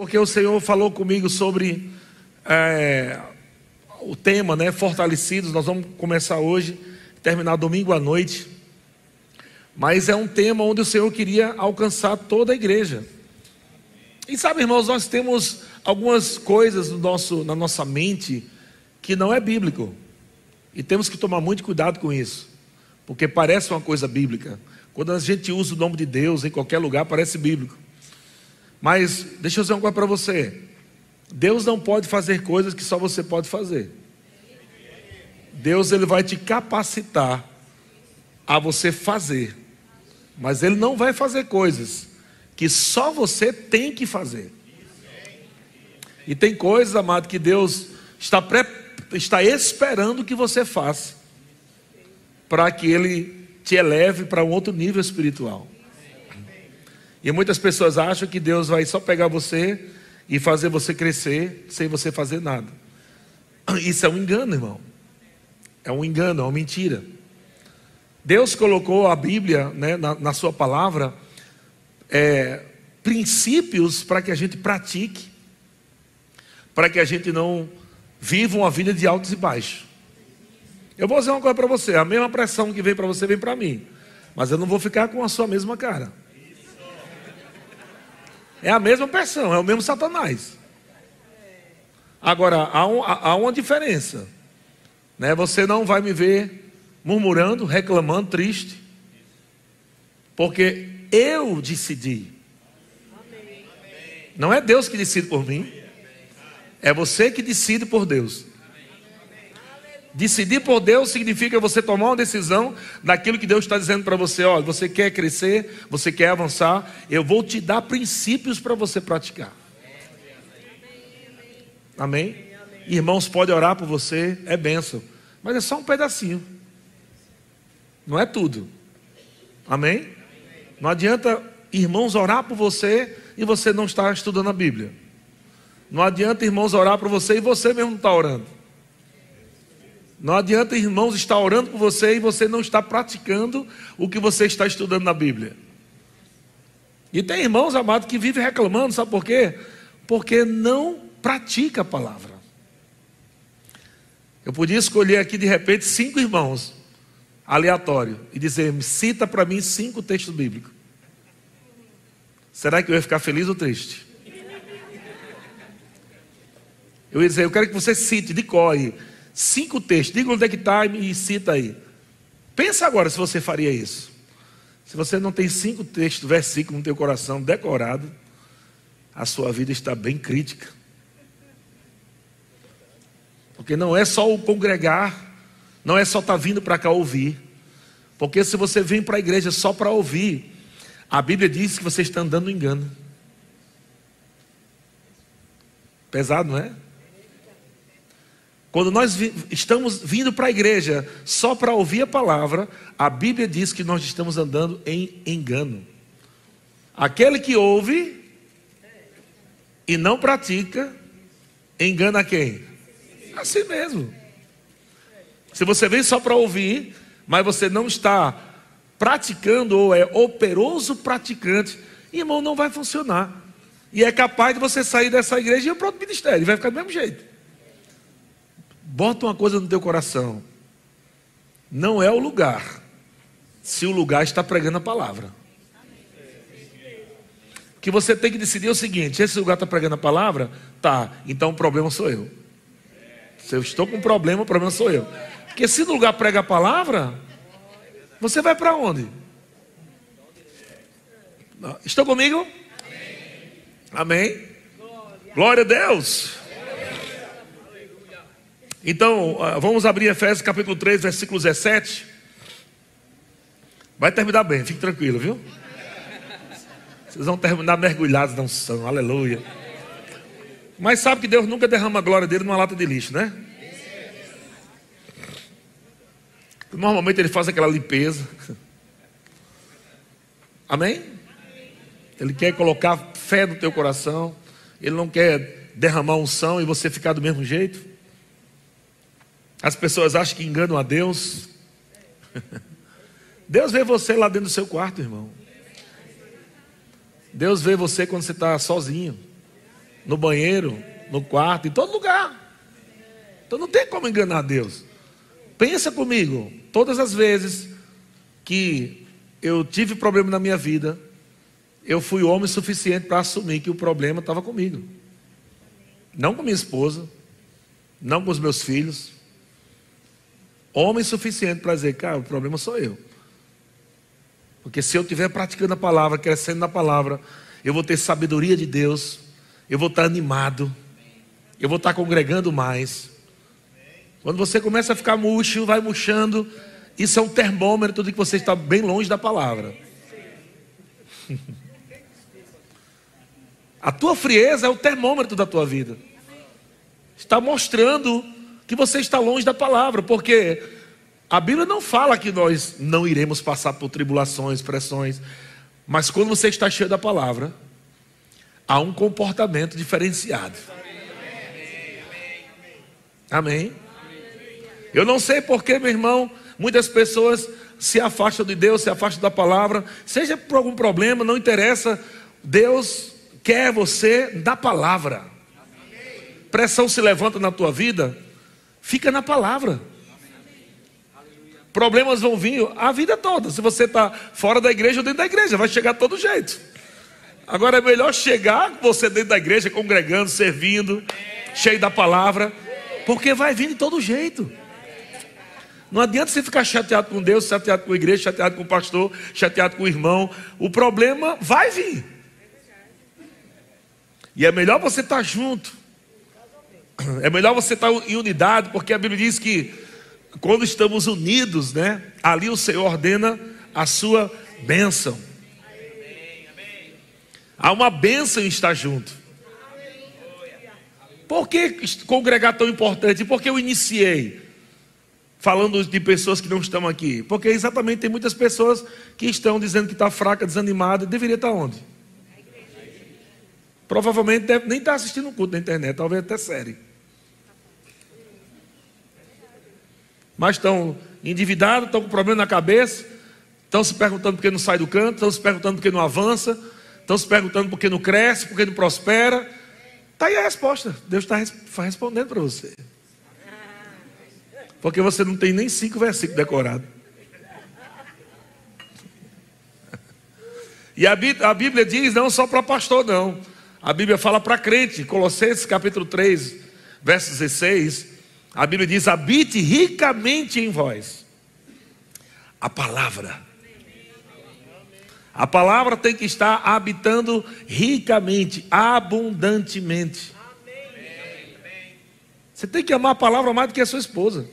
Porque o Senhor falou comigo sobre o tema, né? Fortalecidos. Nós vamos começar hoje, terminar domingo à noite. Mas é um tema onde o Senhor queria alcançar toda a igreja. E sabe, irmãos, nós temos algumas coisas na nossa mente que não é bíblico. E temos que tomar muito cuidado com isso. Porque parece uma coisa bíblica. Quando a gente usa o nome de Deus em qualquer lugar, parece bíblico. Mas deixa eu dizer uma coisa para você. Deus não pode fazer coisas que só você pode fazer. Deus, Ele vai te capacitar a você fazer. Mas Ele não vai fazer coisas que só você tem que fazer. E tem coisas, amado, que Deus está esperando que você faça, para que Ele te eleve para um outro nível espiritual. E muitas pessoas acham que Deus vai só pegar você e fazer você crescer sem você fazer nada. Isso é um engano, irmão. É um engano, é uma mentira. Deus colocou a Bíblia, né, na sua palavra, princípios para que a gente pratique, para que a gente não viva uma vida de altos e baixos. Eu vou dizer uma coisa para você: a mesma pressão que vem para você vem para mim, mas eu não vou ficar com a sua mesma cara. É a mesma pressão, é o mesmo Satanás. Agora, há uma diferença, né? Você não vai me ver murmurando, reclamando, triste, porque eu decidi. Não é Deus que decide por mim, é você que decide por Deus. Decidir por Deus significa você tomar uma decisão daquilo que Deus está dizendo para você. Olha, você quer crescer, você quer avançar, eu vou te dar princípios para você praticar. Amém? Irmãos podem orar por você, é bênção, mas é só um pedacinho, não é tudo. Amém? Não adianta irmãos orar por você e você não estar estudando a Bíblia. Não adianta irmãos orar por você e você mesmo não está orando. Não adianta irmãos estar orando por você e você não está praticando o que você está estudando na Bíblia. E tem irmãos, amados, que vivem reclamando, sabe por quê? Porque não pratica a palavra. Eu podia escolher aqui de repente 5 irmãos, aleatório, e dizer: cita para mim 5 textos bíblicos. Será que eu ia ficar feliz ou triste? Eu ia dizer: eu quero que você cite de cor aí 5 textos, diga onde é que está e cita aí. Pensa agora se você faria isso. Se você não tem 5 textos, versículos no teu coração decorado, a sua vida está bem crítica. Porque não é só o congregar, não é só estar vindo para cá ouvir. Porque se você vem para a igreja só para ouvir, a Bíblia diz que você está andando no engano. Pesado, não é? Quando nós estamos vindo para a igreja só para ouvir a palavra, a Bíblia diz que nós estamos andando em engano. Aquele que ouve e não pratica, engana quem? A si mesmo. Se você vem só para ouvir, mas você não está praticando ou é operoso praticante, irmão, não vai funcionar. E é capaz de você sair dessa igreja e ir para outro ministério, e vai ficar do mesmo jeito. Bota uma coisa no teu coração: não é o lugar, se o lugar está pregando a palavra. O que você tem que decidir é o seguinte: esse lugar está pregando a palavra? Tá, então o problema sou eu. Se eu estou com um problema, o problema sou eu. Porque se no lugar prega a palavra, você vai para onde? Estão comigo? Amém? Glória a Deus. Então, vamos abrir Efésios capítulo 3, versículo 17. Vai terminar bem, fique tranquilo, viu? Vocês vão terminar mergulhados na unção, aleluia. Mas sabe que Deus nunca derrama a glória dele numa lata de lixo, né? Normalmente Ele faz aquela limpeza. Amém? Ele quer colocar fé no teu coração. Ele não quer derramar unção e você ficar do mesmo jeito. As pessoas acham que enganam a Deus. Deus vê você lá dentro do seu quarto, irmão. Deus vê você quando você está sozinho. no banheiro, no quarto, em todo lugar. Então não tem como enganar Deus. Pensa comigo, todas as vezes que eu tive problema na minha vida, eu fui homem suficiente para assumir que o problema estava comigo. Não com minha esposa, não com os meus filhos. Homem suficiente para dizer, cara, o problema sou eu. Porque se eu estiver praticando a palavra, crescendo na palavra, eu vou ter sabedoria de Deus, eu vou estar animado, eu vou estar congregando mais. Quando você começa a ficar murcho, vai murchando, isso é um termômetro de que você está bem longe da palavra. A tua frieza é o termômetro da tua vida. Está mostrando que você está longe da palavra, porque a Bíblia não fala que nós não iremos passar por tribulações, pressões, mas quando você está cheio da palavra, há um comportamento diferenciado. Amém? Eu não sei porque, meu irmão, muitas pessoas se afastam de Deus, se afastam da palavra, seja por algum problema, não interessa. Deus quer você da palavra. Pressão se levanta na tua vida, fica na palavra. Problemas vão vir a vida toda. Se você está fora da igreja ou dentro da igreja, vai chegar de todo jeito. Agora é melhor chegar você dentro da igreja, congregando, servindo, cheio da palavra, porque vai vir de todo jeito. Não adianta você ficar chateado com Deus, chateado com a igreja, chateado com o pastor, chateado com o irmão. O problema vai vir. E é melhor você estar junto. É melhor você estar em unidade, porque a Bíblia diz que quando estamos unidos, né, ali o Senhor ordena a sua bênção. Há uma bênção em estar junto. Por que congregar tão importante? Por que eu iniciei falando de pessoas que não estão aqui? Porque exatamente tem muitas pessoas que estão dizendo que está fraca, desanimada. Deveria estar onde? Provavelmente deve nem estar assistindo um culto na internet, talvez até série. Mas estão endividados, estão com problema na cabeça, estão se perguntando por que não sai do canto, estão se perguntando por que não avança, estão se perguntando por que não cresce, por que não prospera. Está aí a resposta. Deus está respondendo para você. Porque você não tem nem 5 versículos decorados. E a Bíblia diz, não só para pastor não. A Bíblia fala para crente. Colossenses capítulo 3, verso 16. A Bíblia diz, habite ricamente em vós a palavra. A palavra tem que estar habitando ricamente, abundantemente. Você tem que amar a palavra mais do que a sua esposa.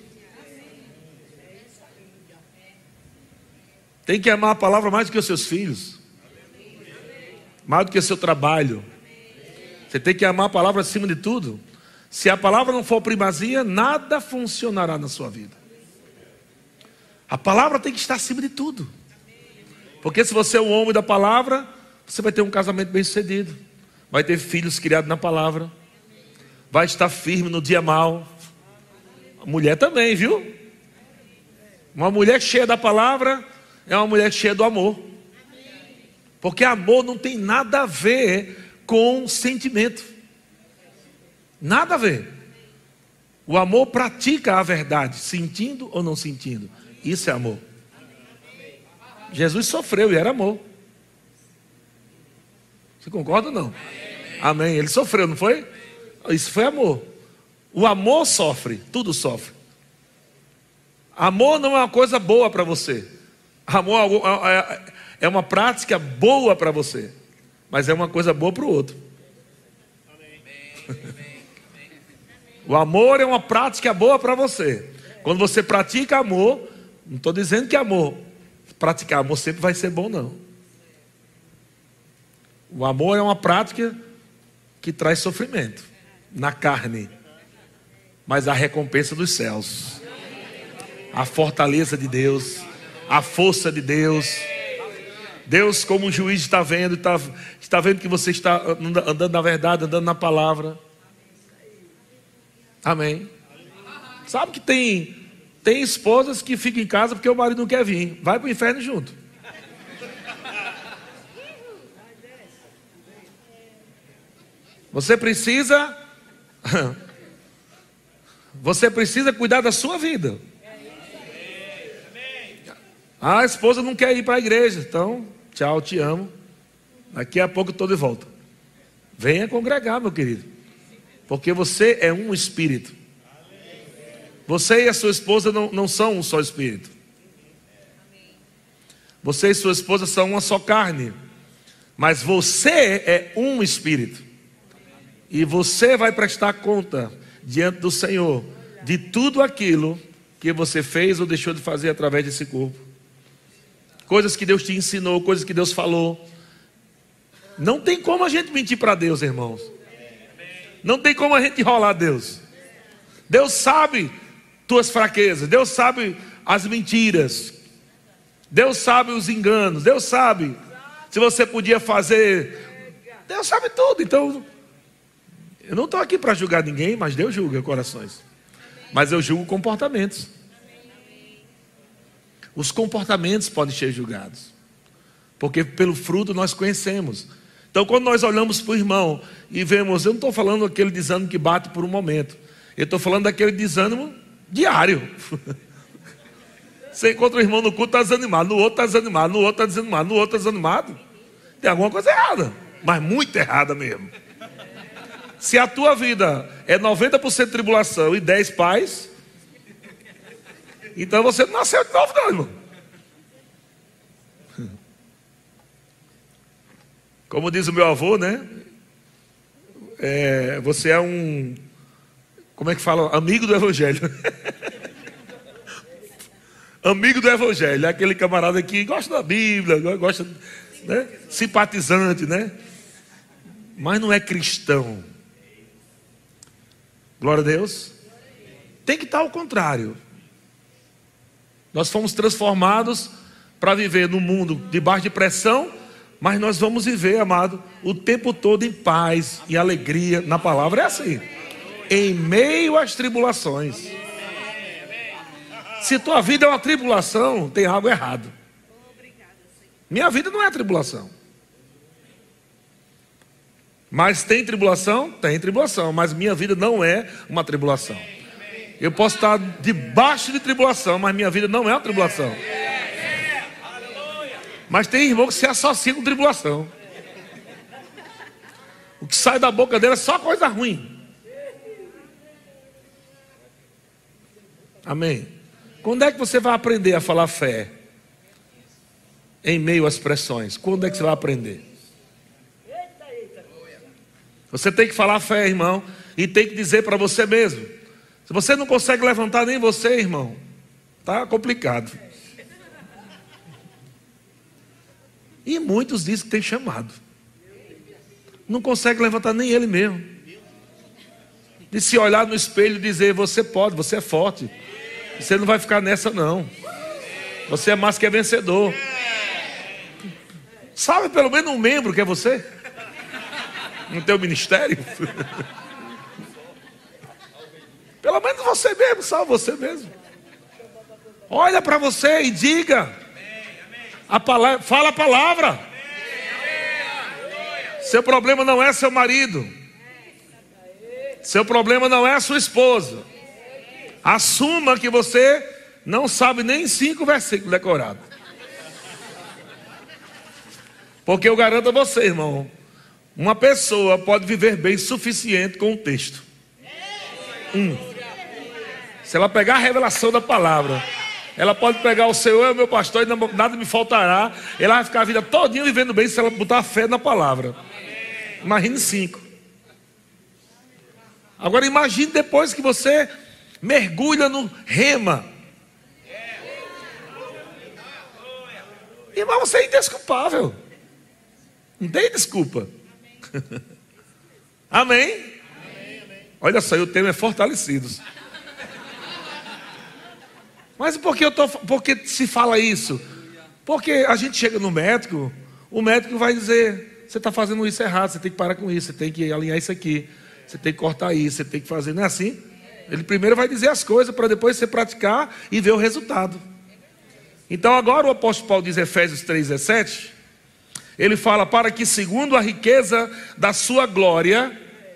Tem que amar a palavra mais do que os seus filhos. Mais do que o seu trabalho. Você tem que amar a palavra acima de tudo. Se a palavra não for primazia, nada funcionará na sua vida. A palavra tem que estar acima de tudo. Porque se você é um homem da palavra, você vai ter um casamento bem sucedido. Vai ter filhos criados na palavra. Vai estar firme no dia mau. A mulher também, viu? Uma mulher cheia da palavra é uma mulher cheia do amor. Porque amor não tem nada a ver com sentimento. Nada a ver. O amor pratica a verdade, sentindo ou não sentindo. Isso é amor. Jesus sofreu e era amor. Você concorda ou não? Amém. Ele sofreu, não foi? Isso foi amor. O amor sofre, tudo sofre. Amor não é uma coisa boa para você. Amor é uma prática boa para você, mas é uma coisa boa para o outro. O amor é uma prática boa para você. Quando você pratica amor, não estou dizendo que praticar amor sempre vai ser bom, não. O amor é uma prática que traz sofrimento na carne, mas a recompensa dos céus, a fortaleza de Deus, a força de Deus. Deus, como um juiz, está vendo, está vendo que você está andando na verdade, andando na palavra. Amém. Sabe que tem esposas que ficam em casa porque o marido não quer vir. Vai para o inferno junto. Você precisa cuidar da sua vida. A esposa não quer ir para a igreja, então, tchau, te amo. Daqui a pouco eu estou de volta. Venha congregar, meu querido, porque você é um espírito. Você e a sua esposa não são um só espírito. Você e sua esposa são uma só carne, mas você é um espírito. E você vai prestar conta diante do Senhor de tudo aquilo que você fez ou deixou de fazer através desse corpo. Coisas que Deus te ensinou, coisas que Deus falou. Não tem como a gente mentir para Deus, irmãos. Não tem como a gente enrolar Deus. Deus sabe tuas fraquezas, Deus sabe as mentiras, Deus sabe os enganos, Deus sabe se você podia fazer, Deus sabe tudo. Então, eu não estou aqui para julgar ninguém, mas Deus julga corações. Mas eu julgo comportamentos. Os comportamentos podem ser julgados, porque pelo fruto nós conhecemos. Então, quando nós olhamos para o irmão e vemos, eu não estou falando aquele desânimo que bate por um momento, eu estou falando daquele desânimo diário. Você encontra o irmão no culto, está desanimado, no outro está desanimado, no outro está desanimado, no outro está desanimado. Tem alguma coisa errada, mas muito errada mesmo. Se a tua vida é 90% tribulação e 10 paz, então você não nasceu de novo não, irmão. Como diz o meu avô, né? Você é um... Como é que fala? Amigo do Evangelho. Amigo do Evangelho. É aquele camarada que gosta da Bíblia, gosta, né? Simpatizante, né? Mas não é cristão. Glória a Deus. Tem que estar ao contrário. Nós fomos transformados para viver no mundo debaixo de pressão, mas nós vamos viver, amado, o tempo todo em paz e alegria. Na palavra é assim. Em meio às tribulações. Se tua vida é uma tribulação, tem algo errado. Minha vida não é tribulação. Mas tem tribulação? Tem tribulação. Mas minha vida não é uma tribulação. Eu posso estar debaixo de tribulação, mas minha vida não é uma tribulação. Mas tem irmão que se associa com tribulação. O que sai da boca dele é só coisa ruim. Amém. Quando é que você vai aprender a falar fé? Em meio às pressões. Quando é que você vai aprender? Você tem que falar fé, irmão, e tem que dizer para você mesmo. Se você não consegue levantar nem você, irmão, tá complicado. E muitos dizem que tem chamado. Não consegue levantar nem ele mesmo. De se olhar no espelho e dizer, você pode, você é forte. Você não vai ficar nessa não. Você é mais que vencedor. Sabe pelo menos um membro que é você? No teu ministério? Pelo menos você mesmo, salve você mesmo. Olha para você e diga a palavra, fala a palavra. Seu problema não é seu marido. Seu problema não é a sua esposa. Assuma que você não sabe nem 5 versículos decorados. Porque eu garanto a você, irmão, uma pessoa pode viver bem suficiente com um texto. Se ela pegar a revelação da palavra, ela pode pegar o Senhor é o meu pastor e nada me faltará. Ela vai ficar a vida todinha vivendo bem se ela botar fé na palavra. Imagine 5. Agora imagine depois que você mergulha no rema. Irmão, você é indesculpável. Não tem desculpa. Amém? Olha só, o tema é fortalecidos. Mas por que se fala isso? Porque a gente chega no médico, o médico vai dizer, você está fazendo isso errado, você tem que parar com isso, você tem que alinhar isso aqui, você tem que cortar isso, você tem que fazer, não é assim? Ele primeiro vai dizer as coisas para depois você praticar e ver o resultado. Então agora o apóstolo Paulo diz em Efésios 3,17, ele fala, para que segundo a riqueza da sua glória,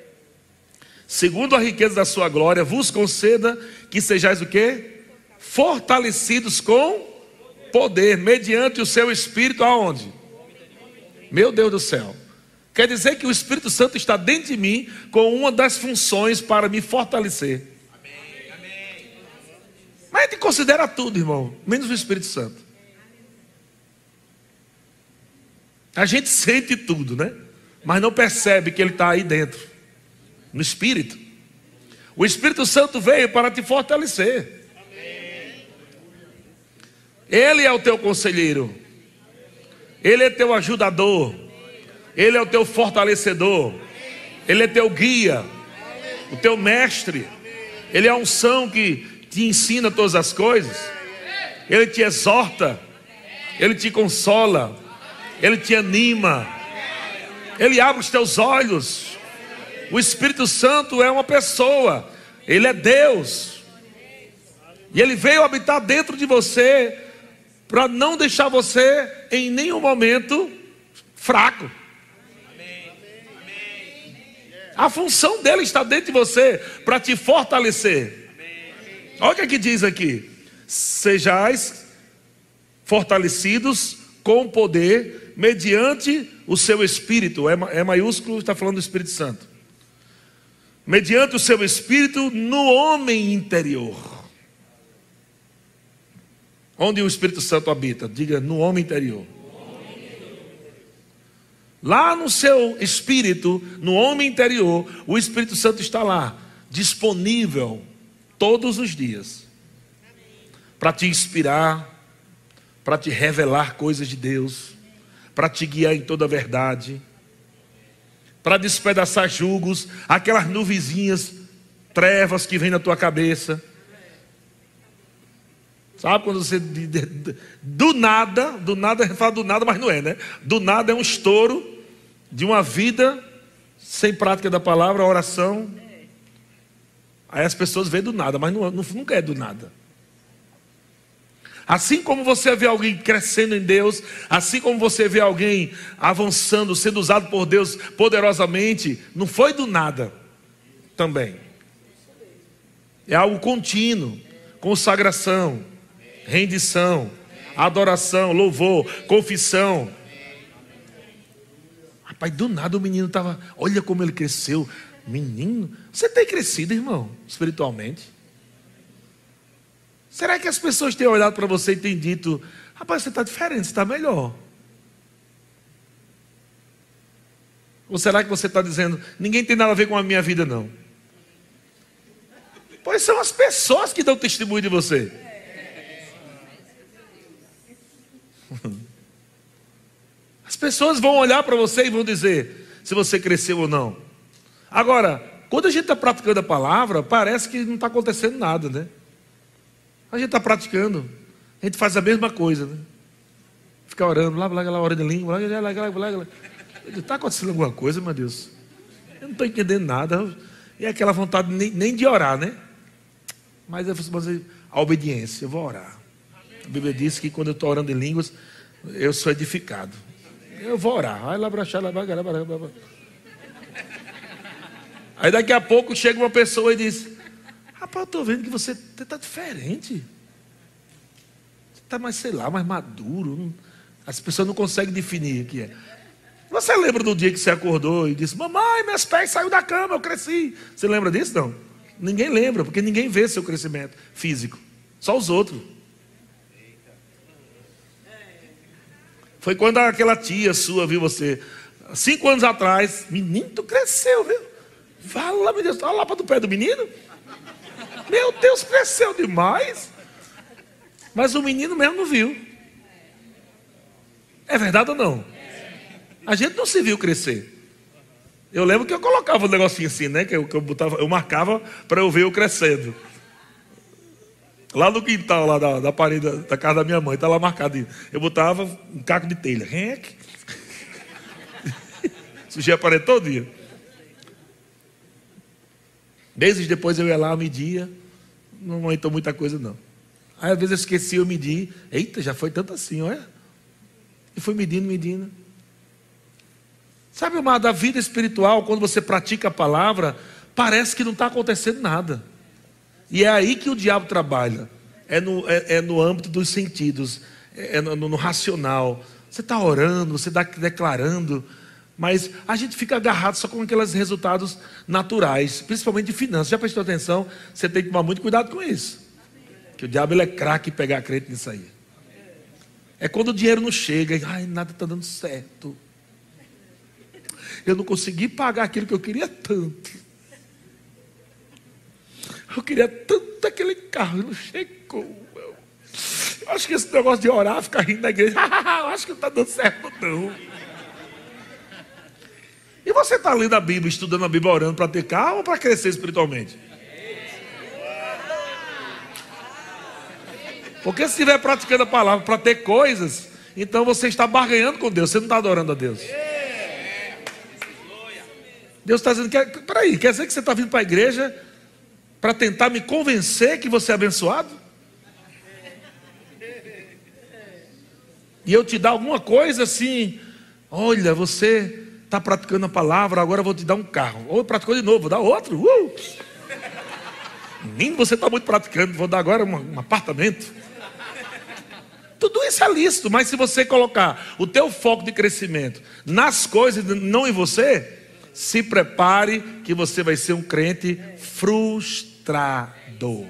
segundo a riqueza da sua glória, vos conceda que sejais o quê? Fortalecidos com poder, mediante o seu Espírito, aonde? Meu Deus do céu. Quer dizer que o Espírito Santo está dentro de mim com uma das funções para me fortalecer. Mas a gente considera tudo, irmão, menos o Espírito Santo. A gente sente tudo, né? Mas não percebe que ele está aí dentro, no Espírito. O Espírito Santo veio para te fortalecer. Ele é o teu conselheiro. Ele é teu ajudador. Ele é o teu fortalecedor. Ele é teu guia, o teu mestre. Ele é a unção que te ensina todas as coisas. Ele te exorta. Ele te consola. Ele te anima. Ele abre os teus olhos. O Espírito Santo é uma pessoa. Ele é Deus. E Ele veio habitar dentro de você para não deixar você em nenhum momento fraco. A função dele está dentro de você para te fortalecer. Olha o que diz aqui: sejais fortalecidos com poder mediante o seu Espírito. É maiúsculo, está falando do Espírito Santo. Mediante o seu Espírito no homem interior. Onde o Espírito Santo habita? Diga, no homem interior. Lá no seu espírito, no homem interior, o Espírito Santo está lá, disponível todos os dias, para te inspirar, para te revelar coisas de Deus, para te guiar em toda a verdade, para despedaçar julgos, aquelas nuvenzinhas, trevas que vêm na tua cabeça. Sabe quando você, do nada, a gente fala do nada, mas não é, né? Do nada é um estouro de uma vida sem prática da palavra, oração. Aí as pessoas veem do nada, mas nunca é do nada. Assim como você vê alguém crescendo em Deus, assim como você vê alguém avançando, sendo usado por Deus poderosamente, não foi do nada também. É algo contínuo, consagração, rendição, adoração, louvor, confissão. Rapaz, do nada o menino estava, olha como ele cresceu. Menino, você tem crescido, irmão, espiritualmente? Será que as pessoas têm olhado para você e têm dito, rapaz, você está diferente, você está melhor? Ou será que você está dizendo, ninguém tem nada a ver com a minha vida, não? Pois são as pessoas que dão testemunho de você. As pessoas vão olhar para você e vão dizer se você cresceu ou não. Agora, quando a gente está praticando a palavra, parece que não está acontecendo nada, né? A gente está praticando, a gente faz a mesma coisa, né? Fica orando, lá, orando em língua, lá. Está acontecendo alguma coisa, meu Deus? Eu não estou entendendo nada. E aquela vontade nem de orar, né? Mas eu fazer a obediência, eu vou orar. A Bíblia diz que quando eu estou orando em línguas, eu sou edificado. Eu vou orar. Aí daqui a pouco chega uma pessoa e diz, rapaz, eu estou vendo que você está diferente. Você está mais, sei lá, mais maduro. As pessoas não conseguem definir o que é. Você lembra do dia que você acordou e disse, mamãe, meus pés saíram da cama, eu cresci. Você lembra disso? Não. Ninguém lembra, porque ninguém vê seu crescimento físico. Só os outros. Foi quando aquela tia sua viu você, 5 anos atrás, menino, tu cresceu, viu? Fala, meu Deus, olha lá para o pé do menino. Meu Deus, cresceu demais. Mas o menino mesmo não viu. É verdade ou não? A gente não se viu crescer. Eu lembro que eu colocava um negocinho assim, né? Que eu marcava para eu ver eu crescendo. Lá no quintal, lá da parede da casa da minha mãe, está lá marcado. Eu botava um caco de telha. Sujei a parede todo dia. Meses depois eu ia lá, media. Não aumentou muita coisa, não. Aí às vezes eu esqueci, eu medi. Eita, já foi tanto assim, olha. E fui medindo. Sabe, amado, a vida espiritual, quando você pratica a palavra, parece que não está acontecendo nada. E é aí que o diabo trabalha. É no âmbito dos sentidos, no racional. Você está orando, você está declarando, mas a gente fica agarrado só com aqueles resultados naturais, principalmente de finanças. Já prestou atenção? Você tem que tomar muito cuidado com isso. Que o diabo ele é craque em pegar crente nisso aí. É quando o dinheiro não chega, ai, nada está dando certo. Eu não consegui pagar aquilo que eu queria tanto. Eu queria tanto aquele carro, não chegou. Eu acho que esse negócio de orar, ficar rindo na igreja, eu acho que não está dando certo não. E você está lendo a Bíblia, estudando a Bíblia, orando para ter carro ou para crescer espiritualmente? Porque se estiver praticando a palavra para ter coisas, então você está barganhando com Deus, você não está adorando a Deus. Deus está dizendo, peraí, quer dizer que você está vindo para a igreja para tentar me convencer que você é abençoado? E eu te dar alguma coisa assim, olha, você está praticando a palavra, agora eu vou te dar um carro. Ou praticou de novo, vou dar outro. Nem você está muito praticando, vou dar agora um apartamento. Tudo isso é lícito, mas se você colocar o teu foco de crescimento nas coisas, não em você, se prepare que você vai ser um crente frustrado.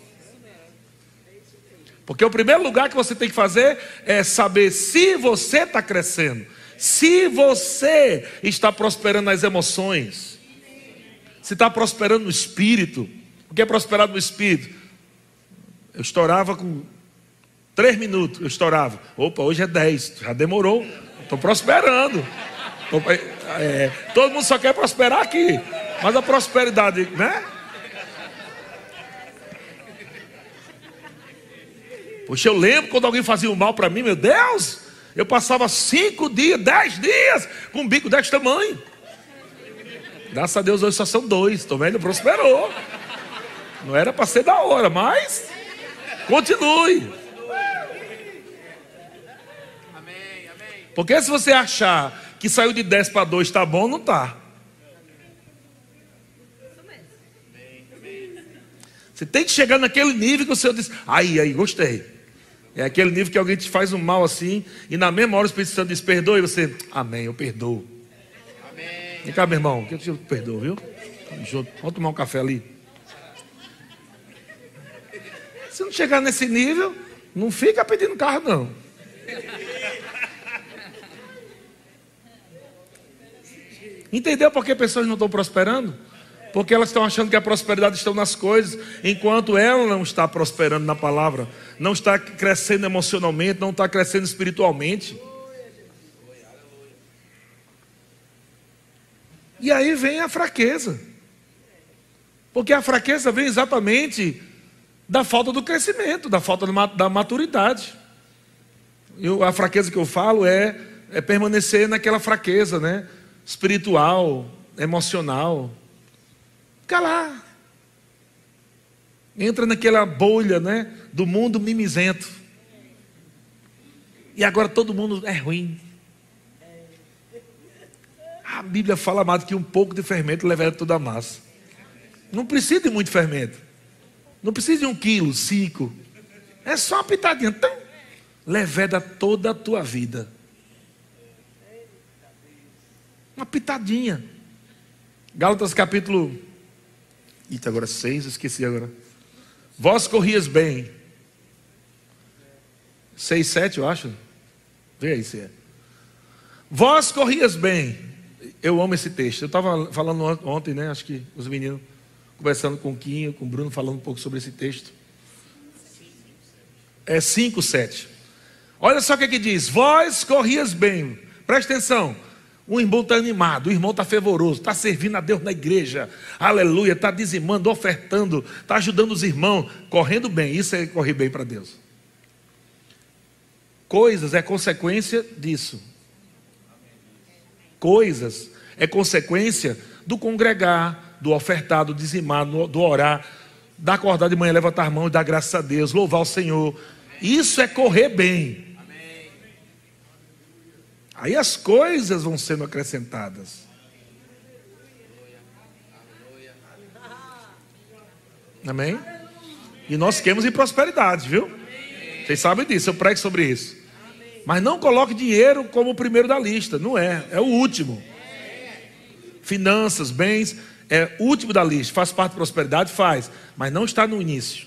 Porque o primeiro lugar que você tem que fazer é saber se você está crescendo, se você está prosperando nas emoções, se está prosperando no espírito. O que é prosperar no espírito? Eu estourava com 3 minutos, eu estourava. Opa, hoje é 10, já demorou, estou prosperando. Todo mundo só quer prosperar aqui, mas a prosperidade, né? Poxa, eu lembro quando alguém fazia um mal para mim, meu Deus, eu passava 5 dias, 10 dias com um bico deste tamanho. Graças a Deus hoje só são 2, estou vendo, prosperou. Não era para ser da hora, mas continue. Porque se você achar que saiu de 10 para 2 está bom, não está. Você tem que chegar naquele nível que o Senhor diz, aí, gostei. É aquele nível que alguém te faz um mal assim, e na mesma hora o Espírito Santo diz, perdoe, e você, amém, eu perdoo. Amém. Vem cá, meu irmão, que eu te perdoo, viu? Vamos tomar um café ali. Se não chegar nesse nível, não fica pedindo carro, não. Entendeu por que pessoas não estão prosperando? Porque elas estão achando que a prosperidade está nas coisas, enquanto ela não está prosperando na palavra, não está crescendo emocionalmente, não está crescendo espiritualmente. E aí vem a fraqueza. Porque a fraqueza vem exatamente da falta do crescimento, da falta da maturidade. A fraqueza que eu falo é permanecer naquela fraqueza, né? Espiritual, emocional. Fica lá. Entra naquela bolha, né, do mundo mimizento. E agora todo mundo é ruim. A Bíblia fala, amado, que um pouco de fermento leveda toda a massa. Não precisa de muito fermento. Não precisa de 1 quilo, 5. É só uma pitadinha. Então, leveda toda a tua vida. Uma pitadinha. Gálatas capítulo... Eita, agora 6, esqueci agora. Vós corrias bem. 6, 7, eu acho. Vê aí se é. Vós corrias bem. Eu amo esse texto. Eu estava falando ontem, né? Acho que os meninos conversando com o Quinho, com o Bruno, falando um pouco sobre esse texto. É 5, 7. Olha só o que diz. Vós corrias bem. Presta atenção. O irmão está animado, o irmão está fervoroso, está servindo a Deus na igreja, aleluia, está dizimando, ofertando, está ajudando os irmãos, correndo bem. Isso é correr bem para Deus. Coisas é consequência disso. Coisas é consequência do congregar, do ofertar, do dizimar, do orar, da acordar de manhã, levantar as mãos, dar graças a Deus, louvar o Senhor. Isso é correr bem. Aí as coisas vão sendo acrescentadas. Amém? E nós queremos em prosperidade, viu? Vocês sabem disso, eu prego sobre isso. Mas não coloque dinheiro como o primeiro da lista. Não é, é o último. Finanças, bens, é o último da lista. Faz parte da prosperidade? Faz. Mas não está no início.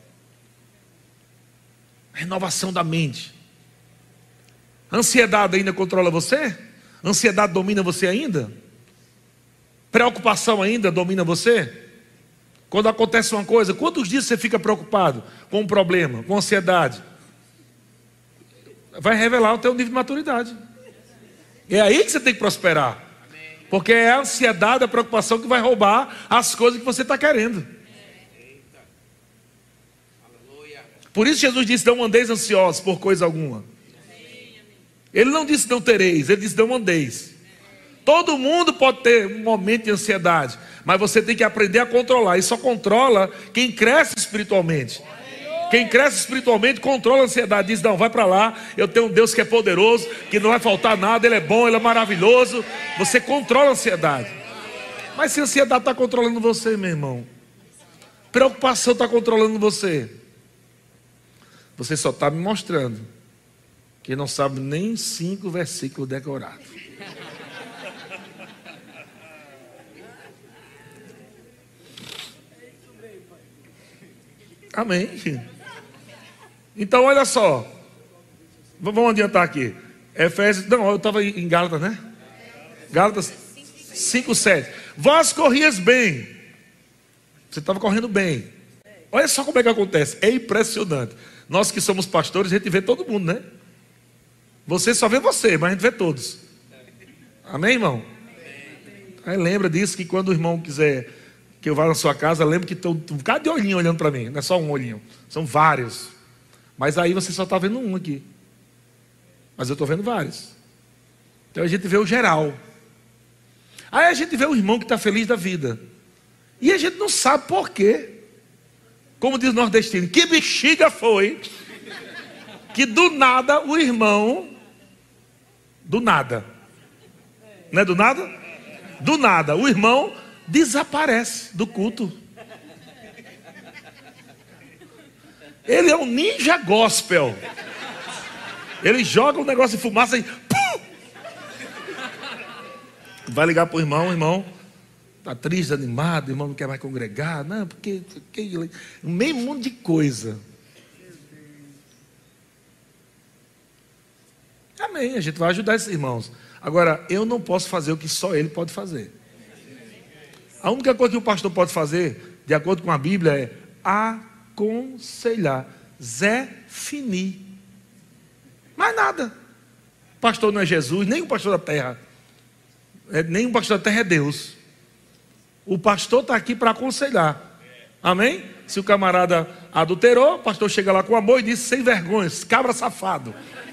Renovação da mente. Ansiedade ainda controla você? Ansiedade domina você ainda? Preocupação ainda domina você? Quando acontece uma coisa, quantos dias você fica preocupado com um problema, com ansiedade? Vai revelar o teu nível de maturidade. É aí que você tem que prosperar. Porque é a ansiedade, a preocupação que vai roubar as coisas que você está querendo. Por isso Jesus disse, não andeis ansiosos por coisa alguma. Ele não disse não tereis, ele disse não andeis. Todo mundo pode ter um momento de ansiedade, mas você tem que aprender a controlar. E só controla quem cresce espiritualmente. Quem cresce espiritualmente controla a ansiedade. Diz, não, vai para lá, eu tenho um Deus que é poderoso, que não vai faltar nada, Ele é bom, Ele é maravilhoso. Você controla a ansiedade. Mas se a ansiedade está controlando você, meu irmão, preocupação está controlando você, você só está me mostrando que não sabe nem 5 versículos decorados. Amém. Então olha só, vamos adiantar aqui. Efésios, não, eu estava em Gálatas, né? Gálatas 5:7. Vós corrias bem. Você estava correndo bem. Olha só como é que acontece. É impressionante. Nós que somos pastores, a gente vê todo mundo, né? Você só vê você, mas a gente vê todos. Amém, irmão? Aí lembra disso, que quando o irmão quiser que eu vá na sua casa, lembra que tem um bocado de olhinho olhando para mim. Não é só um olhinho, são vários. Mas aí você só está vendo um aqui. Mas eu estou vendo vários. Então a gente vê o geral. Aí a gente vê o irmão que está feliz da vida. E a gente não sabe por quê. Como diz o nordestino, que bexiga foi que do nada o irmão, do nada, não é do nada? Do nada, o irmão desaparece do culto. Ele é um ninja gospel. Ele joga um negócio de fumaça e pum! Vai ligar para o irmão está triste, animado, o irmão não quer mais congregar, não, porque um meio mundo de coisa. Amém, a gente vai ajudar esses irmãos. Agora, eu não posso fazer o que só ele pode fazer. A única coisa que o pastor pode fazer, de acordo com a Bíblia, é aconselhar, definir. Mais nada. O pastor não é Jesus, nem o pastor da terra. Nem o pastor da terra é Deus. O pastor está aqui para aconselhar. Amém? Se o camarada adulterou, o pastor chega lá com amor e diz, sem vergonha, cabra safado.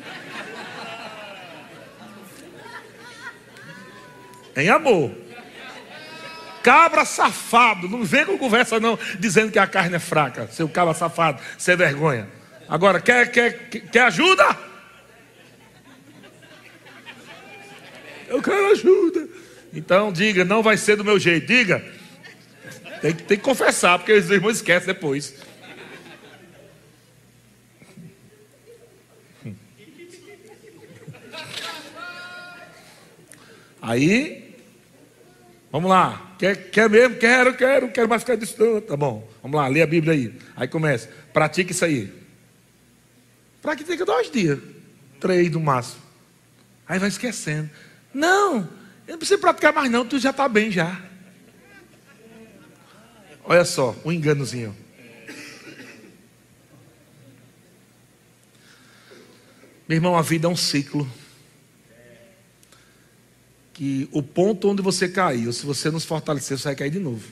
Em amor. Cabra safado. Não vem com conversa não, dizendo que a carne é fraca. Seu cabra safado, sem vergonha. Agora, quer ajuda? Eu quero ajuda. Então diga, não vai ser do meu jeito. Diga. Tem que confessar, porque os irmãos esquecem depois. Aí, vamos lá. Quer mesmo? Quero mais ficar distante. Tá bom, vamos lá, lê a Bíblia aí. Aí começa, pratica isso aí. Pratica 2 dias, 3 no máximo. Aí vai esquecendo. Não precisa praticar mais não, tu já está bem já. Olha só, um enganozinho. Meu irmão, a vida é um ciclo. Que o ponto onde você caiu, se você não se fortalecer, você vai cair de novo.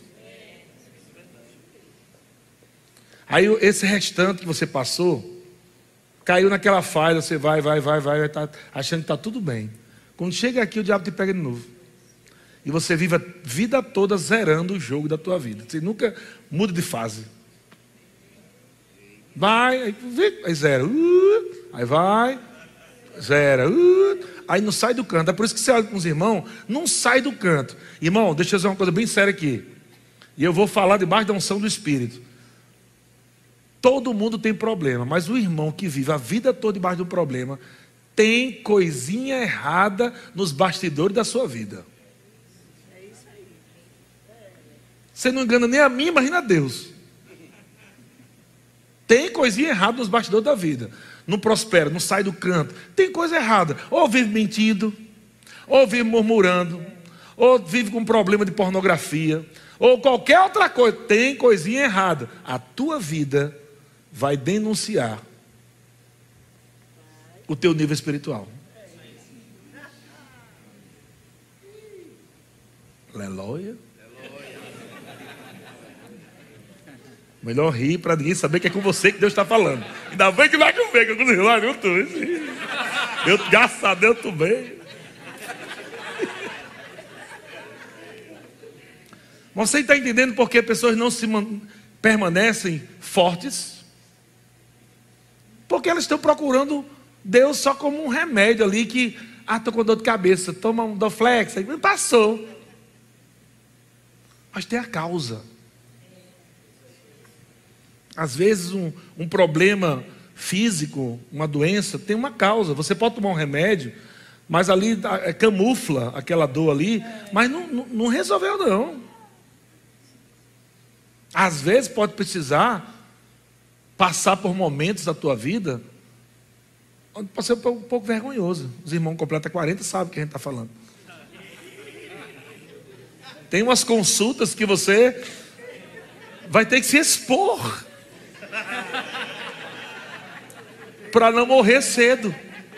Aí esse restante que você passou, caiu naquela falha, você vai tá achando que está tudo bem. Quando chega aqui, o diabo te pega de novo. E você vive a vida toda zerando o jogo da tua vida. Você nunca muda de fase. Vai, aí zera. Aí vai, zera. Aí não sai do canto. É por isso que você olha com os irmãos, não sai do canto. Irmão, deixa eu dizer uma coisa bem séria aqui. E eu vou falar debaixo da unção do Espírito. Todo mundo tem problema, mas o irmão que vive a vida toda debaixo do problema tem coisinha errada nos bastidores da sua vida. Você não engana nem a mim, imagina a Deus. Tem coisinha errada nos bastidores da vida. Não prospera, não sai do canto. Tem coisa errada. Ou vive mentindo, ou vive murmurando, ou vive com problema de pornografia, ou qualquer outra coisa. Tem coisinha errada. A tua vida vai denunciar o teu nível espiritual. Aleluia. Melhor rir para ninguém saber que é com você que Deus está falando. Ainda bem que não é comigo, que eu estou. Graças a Deus, estou bem. Você está entendendo por que pessoas não permanecem fortes? Porque elas estão procurando Deus só como um remédio ali que, estou com dor de cabeça, toma um Dorflex, aí passou. Mas tem a causa. Às vezes um problema físico, uma doença, tem uma causa. Você pode tomar um remédio, mas ali camufla aquela dor ali, mas não resolveu não. Às vezes pode precisar passar por momentos da tua vida onde pode ser um pouco vergonhoso. Os irmãos completam 40 sabem o que a gente está falando. Tem umas consultas que você vai ter que se expor para não morrer cedo.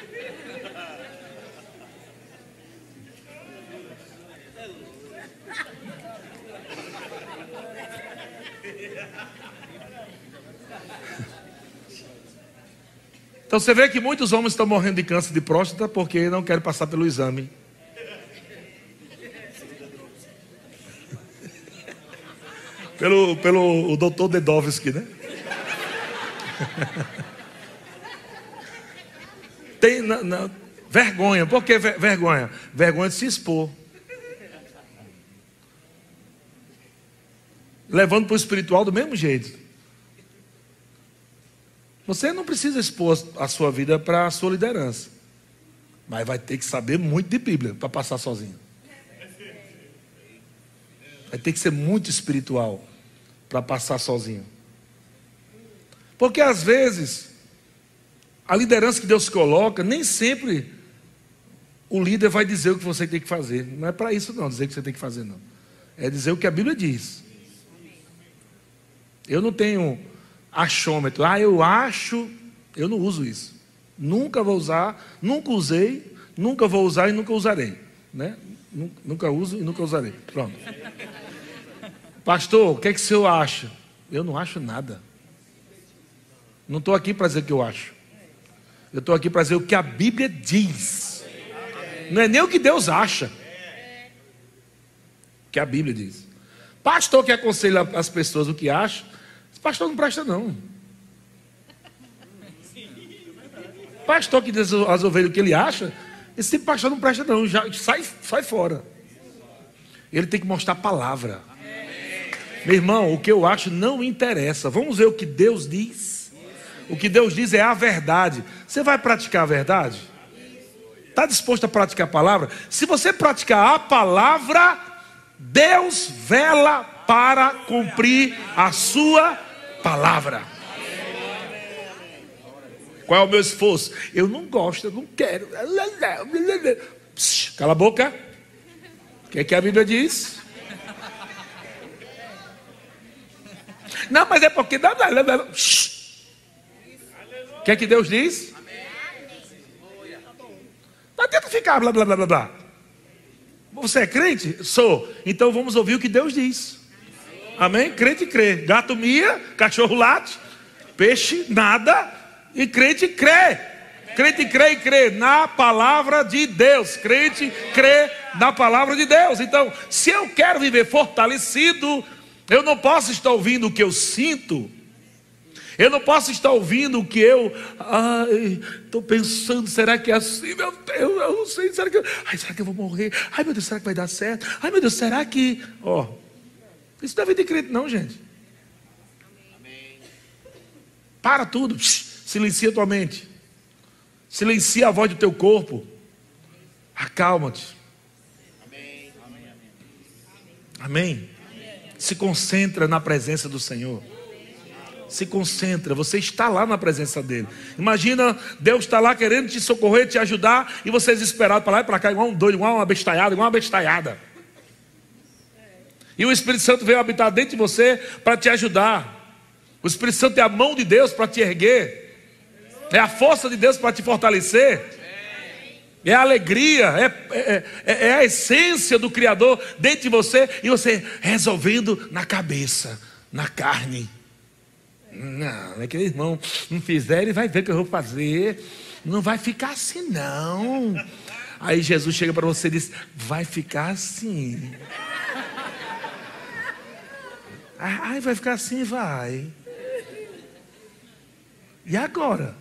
Então você vê que muitos homens estão morrendo de câncer de próstata porque não querem passar pelo exame. Pelo doutor Dedovski, né? Tem vergonha. Por que vergonha? Vergonha de se expor. Levando para o espiritual do mesmo jeito. Você não precisa expor a sua vida para a sua liderança. Mas vai ter que saber muito de Bíblia para passar sozinho. Vai ter que ser muito espiritual para passar sozinho. Porque às vezes a liderança que Deus coloca, nem sempre o líder vai dizer o que você tem que fazer. Não é para isso não, dizer o que você tem que fazer não. É dizer o que a Bíblia diz. Eu não tenho achômetro. Eu acho, eu não uso isso. Nunca vou usar, nunca usei, nunca vou usar e nunca usarei, né? Nunca uso e nunca usarei. Pronto. Pastor, o que é que o senhor acha? Eu não acho nada. Não estou aqui para dizer o que eu acho. Eu estou aqui para dizer o que a Bíblia diz. Não é nem o que Deus acha. O que a Bíblia diz. Pastor que aconselha as pessoas o que acha. Esse pastor não presta não. Pastor que diz às ovelhas o que ele acha. Esse pastor não presta não. Já sai fora. Ele tem que mostrar a palavra. Meu irmão, o que eu acho não interessa. Vamos ver o que Deus diz. O que Deus diz é a verdade. Você vai praticar a verdade? Está disposto a praticar a palavra? Se você praticar a palavra, Deus vela para cumprir a sua palavra. Qual é o meu esforço? Eu não gosto, eu não quero. Psh, cala a boca. O que é que a Bíblia diz? Não, mas é porque... O que é que Deus diz? Não adianta ficar blá blá blá blá blá. Você é crente? Sou. Então vamos ouvir o que Deus diz. Amém? Crente crê. Gato mia, cachorro late, peixe nada e crente crê. Crente crê e crê na palavra de Deus. Crente crê na palavra de Deus. Então, se eu quero viver fortalecido, eu não posso estar ouvindo o que eu sinto. Eu não posso estar ouvindo o que eu estou pensando, será que é assim? Meu Deus, eu não sei, será que eu vou morrer? Ai meu Deus, será que vai dar certo? Ai meu Deus, será que... Isso não é vida de crente não, gente. Para tudo. Silencia a tua mente. Silencia a voz do teu corpo. Acalma-te. Amém? Se concentra na presença do Senhor. Se concentra, você está lá na presença dele. Imagina, Deus está lá querendo te socorrer, te ajudar, e você é desesperado para lá e para cá, igual um doido, igual uma bestalhada. E o Espírito Santo veio habitar dentro de você para te ajudar. O Espírito Santo é a mão de Deus para te erguer. É a força de Deus para te fortalecer. É a alegria, é a essência do Criador dentro de você. E você resolvendo na cabeça, na carne. Não, é que irmão, não fizer, ele vai ver o que eu vou fazer. Não vai ficar assim não. Aí Jesus chega para você e diz: vai ficar assim. Ai, vai ficar assim, vai. E agora?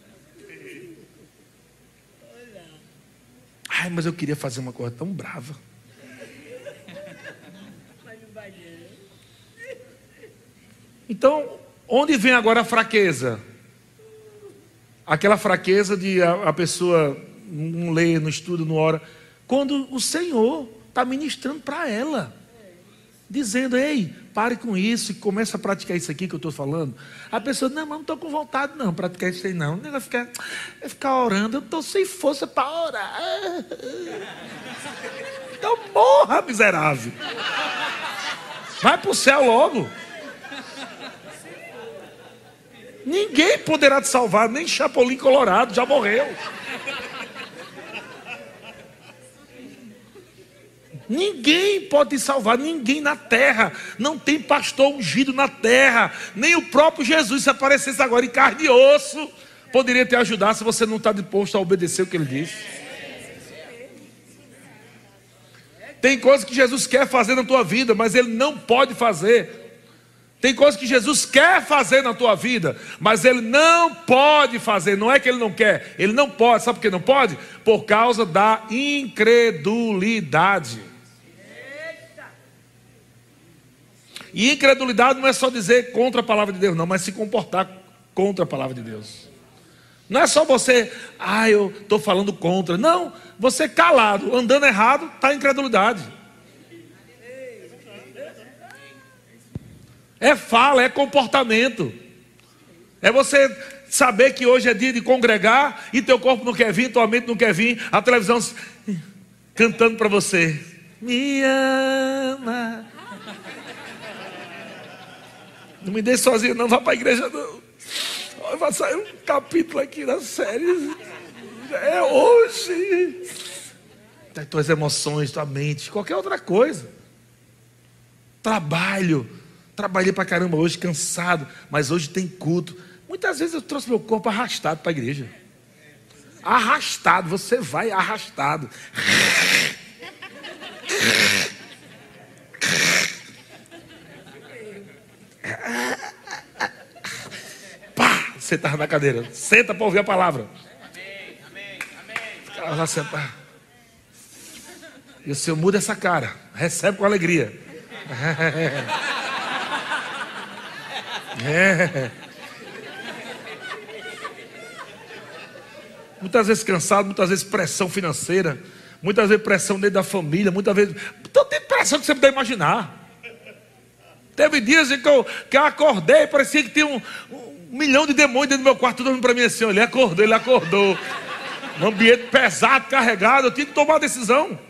Ai, mas eu queria fazer uma coisa tão brava. Então, onde vem agora a fraqueza? Aquela fraqueza de a pessoa não lê, não estuda, não ora. Quando o Senhor está ministrando para ela. Dizendo: ei, pare com isso e comece a praticar isso aqui que eu estou falando. A pessoa: não, mas não estou com vontade não, praticar isso aí não. O negócio é ficar orando, eu estou sem força para orar. Então morra, miserável. Vai para o céu logo. Ninguém poderá te salvar, nem Chapolin Colorado, já morreu. Ninguém pode te salvar, ninguém na terra. Não tem pastor ungido na terra. Nem o próprio Jesus, se aparecesse agora em carne e osso, poderia te ajudar se você não está disposto a obedecer o que ele diz. Tem coisas que Jesus quer fazer na tua vida, mas ele não pode fazer. Tem coisas que Jesus quer fazer na tua vida, mas ele não pode fazer. Não é que ele não quer, ele não pode. Sabe por que não pode? Por causa da incredulidade. E incredulidade não é só dizer contra a palavra de Deus, não, mas se comportar contra a palavra de Deus. Não é só você: eu estou falando contra. Não, você calado, andando errado, está em incredulidade. É fala, é comportamento. É você saber que hoje é dia de congregar e teu corpo não quer vir, tua mente não quer vir, a televisão cantando para você: me ama. Não me deixe sozinho não, vá para a igreja não. Vai sair um capítulo aqui da série. É hoje. Das tuas emoções, tua mente, qualquer outra coisa. Trabalhei pra caramba hoje, cansado, mas hoje tem culto. Muitas vezes eu trouxe meu corpo arrastado para a igreja. Arrastado, você vai arrastado. Pá, você estava na cadeira. Senta para ouvir a palavra. Ficava lá sentado. E o Senhor muda essa cara. Recebe com alegria. Muitas vezes cansado, muitas vezes pressão financeira, muitas vezes pressão dentro da família, muitas vezes. Então tem pressão que você puder imaginar. Teve dias em que eu acordei, parecia que tinha um milhão de demônios dentro do meu quarto, tudo olhando para mim assim: ele acordou. Um ambiente pesado, carregado, eu tinha que tomar uma decisão.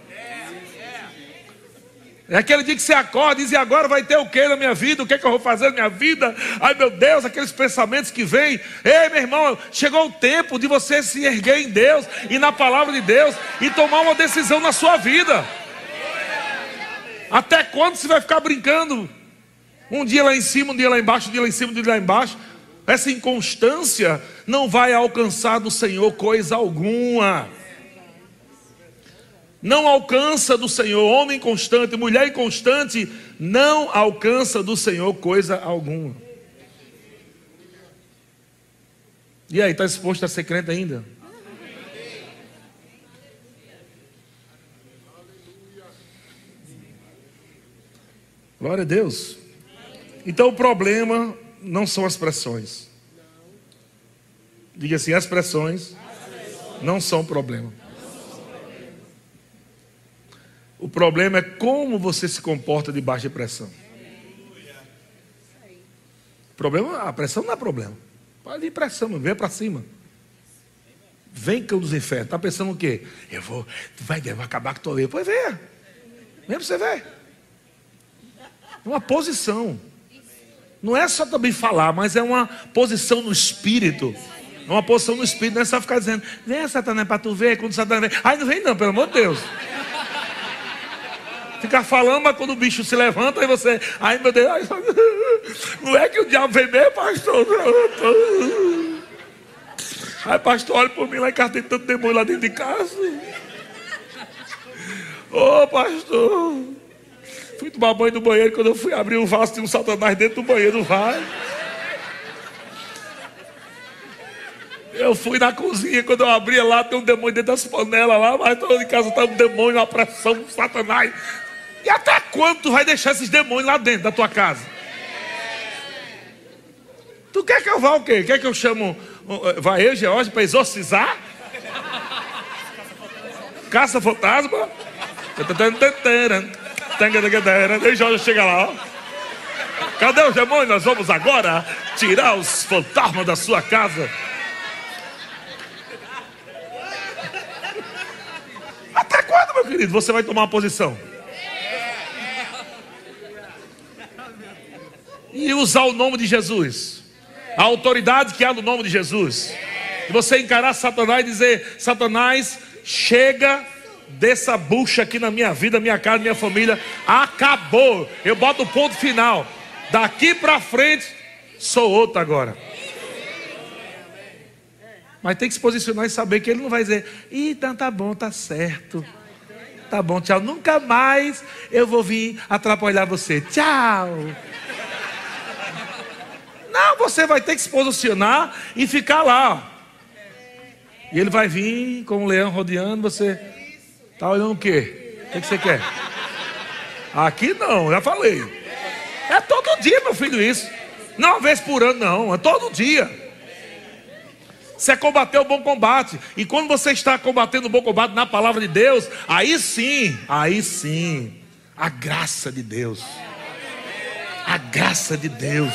É aquele dia que você acorda e diz: e agora vai ter o que na minha vida? O que é que eu vou fazer na minha vida? Ai meu Deus, aqueles pensamentos que vêm. Ei meu irmão, chegou o tempo de você se erguer em Deus e na palavra de Deus e tomar uma decisão na sua vida. Até quando você vai ficar brincando? Um dia lá em cima, um dia lá embaixo, um dia lá em cima, um dia lá embaixo. Essa inconstância não vai alcançar do Senhor coisa alguma. Não alcança do Senhor, homem inconstante, mulher inconstante, não alcança do Senhor coisa alguma. E aí, está disposto a ser crente ainda? Glória a Deus. Então o problema não são as pressões. Diga assim, as pressões não são problema. O problema é como você se comporta debaixo de pressão. A pressão não é problema. Pode ir pressão, vem para cima. Vem, cão dos infernos. Está pensando o quê? Vai acabar com a tua vida. Pois venha. Vem para você ver. É uma posição. Não é só também falar, mas é uma posição no espírito. É uma posição no espírito. Não é só ficar dizendo, vem Satanás para tu ver. Quando Satanás vem, ai não vem não, pelo amor de Deus. Ficar falando, mas quando o bicho se levanta, aí você, ai meu Deus, ai, não é que o diabo vem mesmo, pastor? Ai pastor, olha por mim, lá em casa tem tanto demônio lá dentro de casa. Ô pastor, fui tomar banho no banheiro, quando eu fui abrir o vaso, tinha um Satanás dentro do banheiro, vai. Eu fui na cozinha, quando eu abria lá, tem um demônio dentro das panelas lá, mas todo em casa está um demônio, uma pressão, um Satanás. E até quando tu vai deixar esses demônios lá dentro da tua casa? Tu quer que eu vá o quê? Quer que eu chamo, vai eu, George, para exorcizar? Caça fantasma? E Jorge chega lá, ó. Cadê os demônios? Nós vamos agora tirar os fantasmas da sua casa. Até quando, meu querido, você vai tomar uma posição? E usar o nome de Jesus, a autoridade que há no nome de Jesus, e você encarar Satanás e dizer, Satanás, chega dessa bucha aqui na minha vida, minha casa, minha família, acabou, eu boto o ponto final, daqui para frente sou outro agora. Mas tem que se posicionar e saber que ele não vai dizer, então tá bom, tá certo, tá bom, tchau, nunca mais eu vou vir atrapalhar você, tchau. Não, você vai ter que se posicionar e ficar lá. E ele vai vir como um leão rodeando, você está olhando o quê? O que você quer? Aqui não, já falei. É todo dia, meu filho, isso. Não uma vez por ano, não, é todo dia. Você é combater o bom combate. E quando você está combatendo o bom combate na palavra de Deus, aí sim, a graça de Deus. A graça de Deus.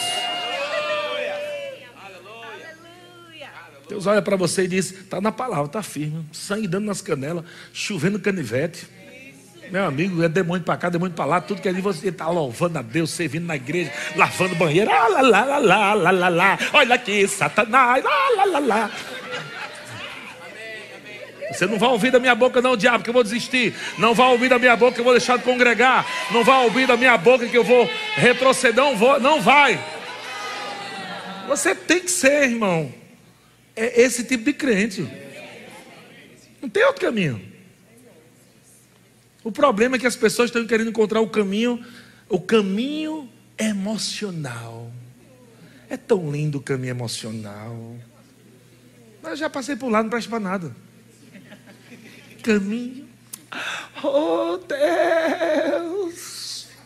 Deus olha para você e diz, está na palavra, está firme, sangue dando nas canelas, chovendo canivete. Meu amigo, é demônio para cá, demônio para lá, tudo que ali você está louvando a Deus, servindo na igreja, lavando banheiro, lá. Olha aqui, Satanás, lá. Você não vai ouvir da minha boca não, diabo, que eu vou desistir. Não vai ouvir da minha boca que eu vou deixar de congregar. Não vai ouvir da minha boca que eu vou retroceder, não vai. Você tem que ser, irmão, é esse tipo de crente. Não tem outro caminho. O problema é que as pessoas estão querendo encontrar o caminho emocional. É tão lindo o caminho emocional. Mas eu já passei por lá, não presta para nada. Caminho. Oh Deus.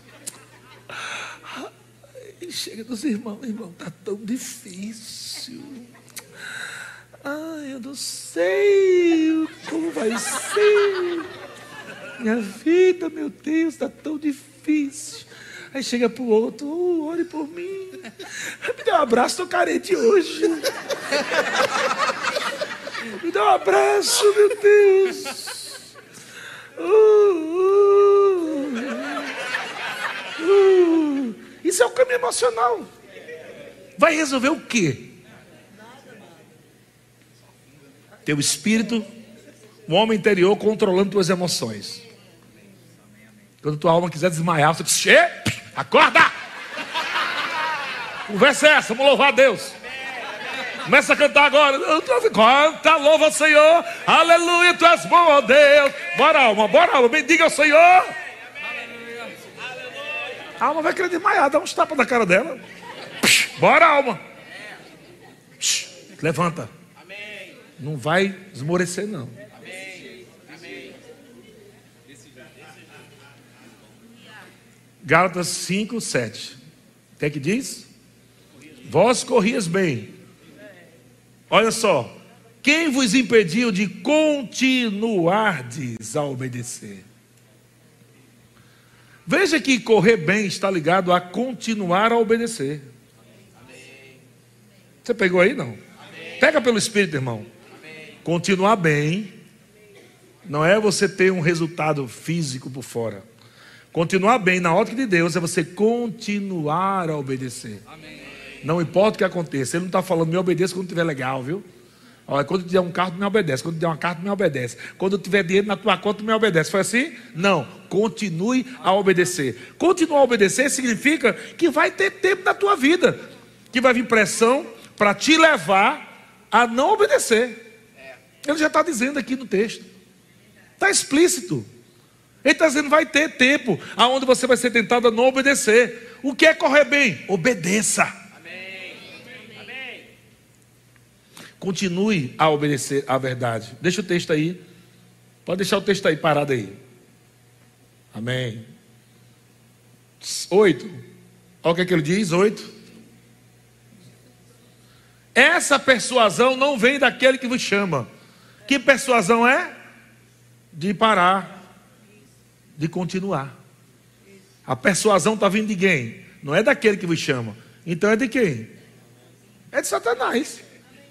Ai, chega dos irmãos, está tão difícil. Ai, eu não sei como vai ser. Minha vida, meu Deus, está tão difícil. Aí chega para o outro, ore por mim. Me dá um abraço, estou carente hoje. Me dá um abraço, meu Deus. Isso é o caminho emocional. Vai resolver o quê? Teu espírito, o homem interior controlando tuas emoções. Quando tua alma quiser desmaiar, você diz, acorda! Conversa é essa, vamos louvar a Deus. Começa a cantar agora. Canta, louva o Senhor. Aleluia, tu és bom, ó Deus. Bora alma, bendiga o Senhor. A alma vai querer desmaiar, dá uns tapas na cara dela. Bora alma. Levanta. Não vai esmorecer não. Gálatas 5, 7. O que é que diz? Vós corrias bem. Olha só. Quem vos impediu de continuardes a obedecer? Veja que correr bem está ligado a continuar a obedecer. Você pegou aí, não? Pega pelo Espírito, irmão. Continuar bem não é você ter um resultado físico por fora. Continuar bem na ótica de Deus é você continuar a obedecer. Não importa o que aconteça. Ele não está falando, me obedeça quando estiver legal, viu? Olha, quando tu der um carro, tu me obedece. Quando tu der uma carta, tu me obedece. Quando eu tiver dinheiro na tua conta, tu me obedece. Foi assim? Não. Continue a obedecer. Continuar a obedecer significa que vai ter tempo na tua vida, que vai vir pressão para te levar a não obedecer. Ele já está dizendo aqui no texto. Está explícito. Ele está dizendo, vai ter tempo aonde você vai ser tentado a não obedecer. O que é correr bem? Obedeça. Continue a obedecer à verdade. Deixa o texto aí. Pode deixar o texto aí parado aí. Amém. 8. Olha o que é que ele diz, 8. Essa persuasão não vem daquele que vos chama. Que persuasão é? De parar, de continuar. A persuasão está vindo de quem? Não é daquele que vos chama. Então é de quem? É de Satanás.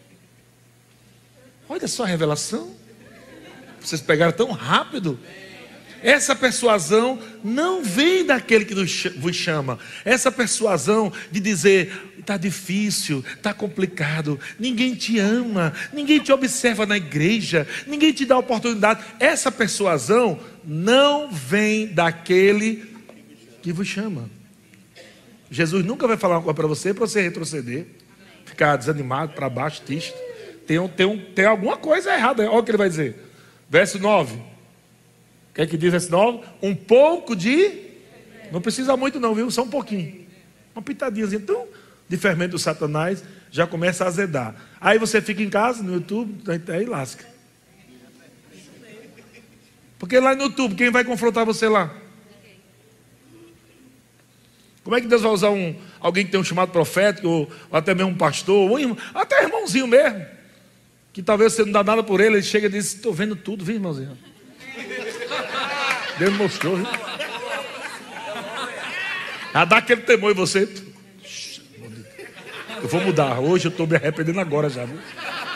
Olha só a revelação. Vocês pegaram tão rápido. Essa persuasão não vem daquele que vos chama. Essa persuasão de dizer, está difícil, está complicado, ninguém te ama, ninguém te observa na igreja, ninguém te dá oportunidade. Essa persuasão não vem daquele que vos chama. Jesus nunca vai falar uma coisa para você retroceder, ficar desanimado, para baixo, triste. Tem alguma coisa errada. Olha o que ele vai dizer. Verso 9. O que é que diz verso 9? Um pouco de... Não precisa muito não, viu? Só um pouquinho. Uma pitadinha então, de fermento do Satanás, já começa a azedar. Aí você fica em casa, no YouTube, aí lasca. Porque lá no YouTube, quem vai confrontar você lá? Como é que Deus vai usar alguém que tem um chamado profético, ou até mesmo um pastor, ou até irmãozinho mesmo? Que talvez você não dá nada por ele chega e diz, estou vendo tudo, viu, irmãozinho? Deus mostrou, viu? Dá aquele temor em você. Eu vou mudar, hoje eu estou me arrependendo agora já, viu?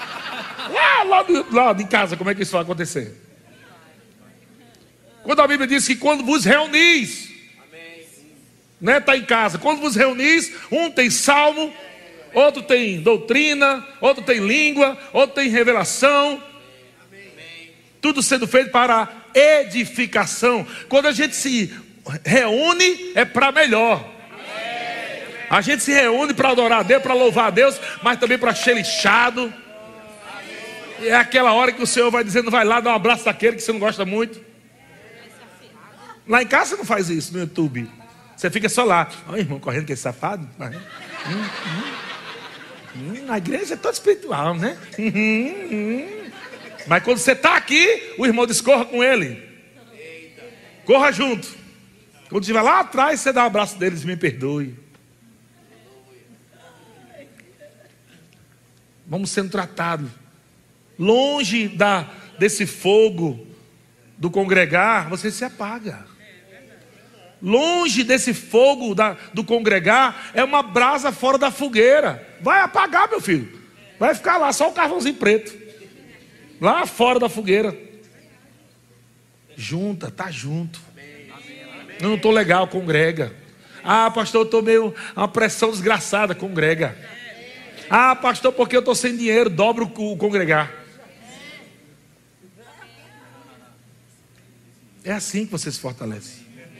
Lá de casa, como é que isso vai acontecer? Quando a Bíblia diz que quando vos reunis, né, está em casa, quando vos reunis, um tem salmo, outro tem doutrina, outro tem língua, outro tem revelação. Tudo sendo feito para edificação. Quando a gente se reúne, é para melhor. A gente se reúne para adorar a Deus, para louvar a Deus, mas também para ser lixado. É aquela hora que o Senhor vai dizendo, vai lá dar um abraço daquele que você não gosta muito. Lá em casa você não faz isso no YouTube. Você fica só lá. Olha, irmão, correndo que é safado. Na igreja é todo espiritual, né? Mas quando você está aqui, o irmão diz, corra com ele. Corra junto. Quando estiver lá atrás, você dá um abraço deles, me perdoe. Vamos sendo tratados. Longe desse fogo do congregar, você se apaga. Longe desse fogo do congregar, é uma brasa fora da fogueira. Vai apagar, meu filho. Vai ficar lá, só o carvãozinho preto. Lá fora da fogueira. Junta, tá junto. Eu não estou legal, congrega. Ah, pastor, eu estou meio... uma pressão desgraçada, congrega. Ah, pastor, porque eu estou sem dinheiro, dobro o congregar. É assim que você se fortalece.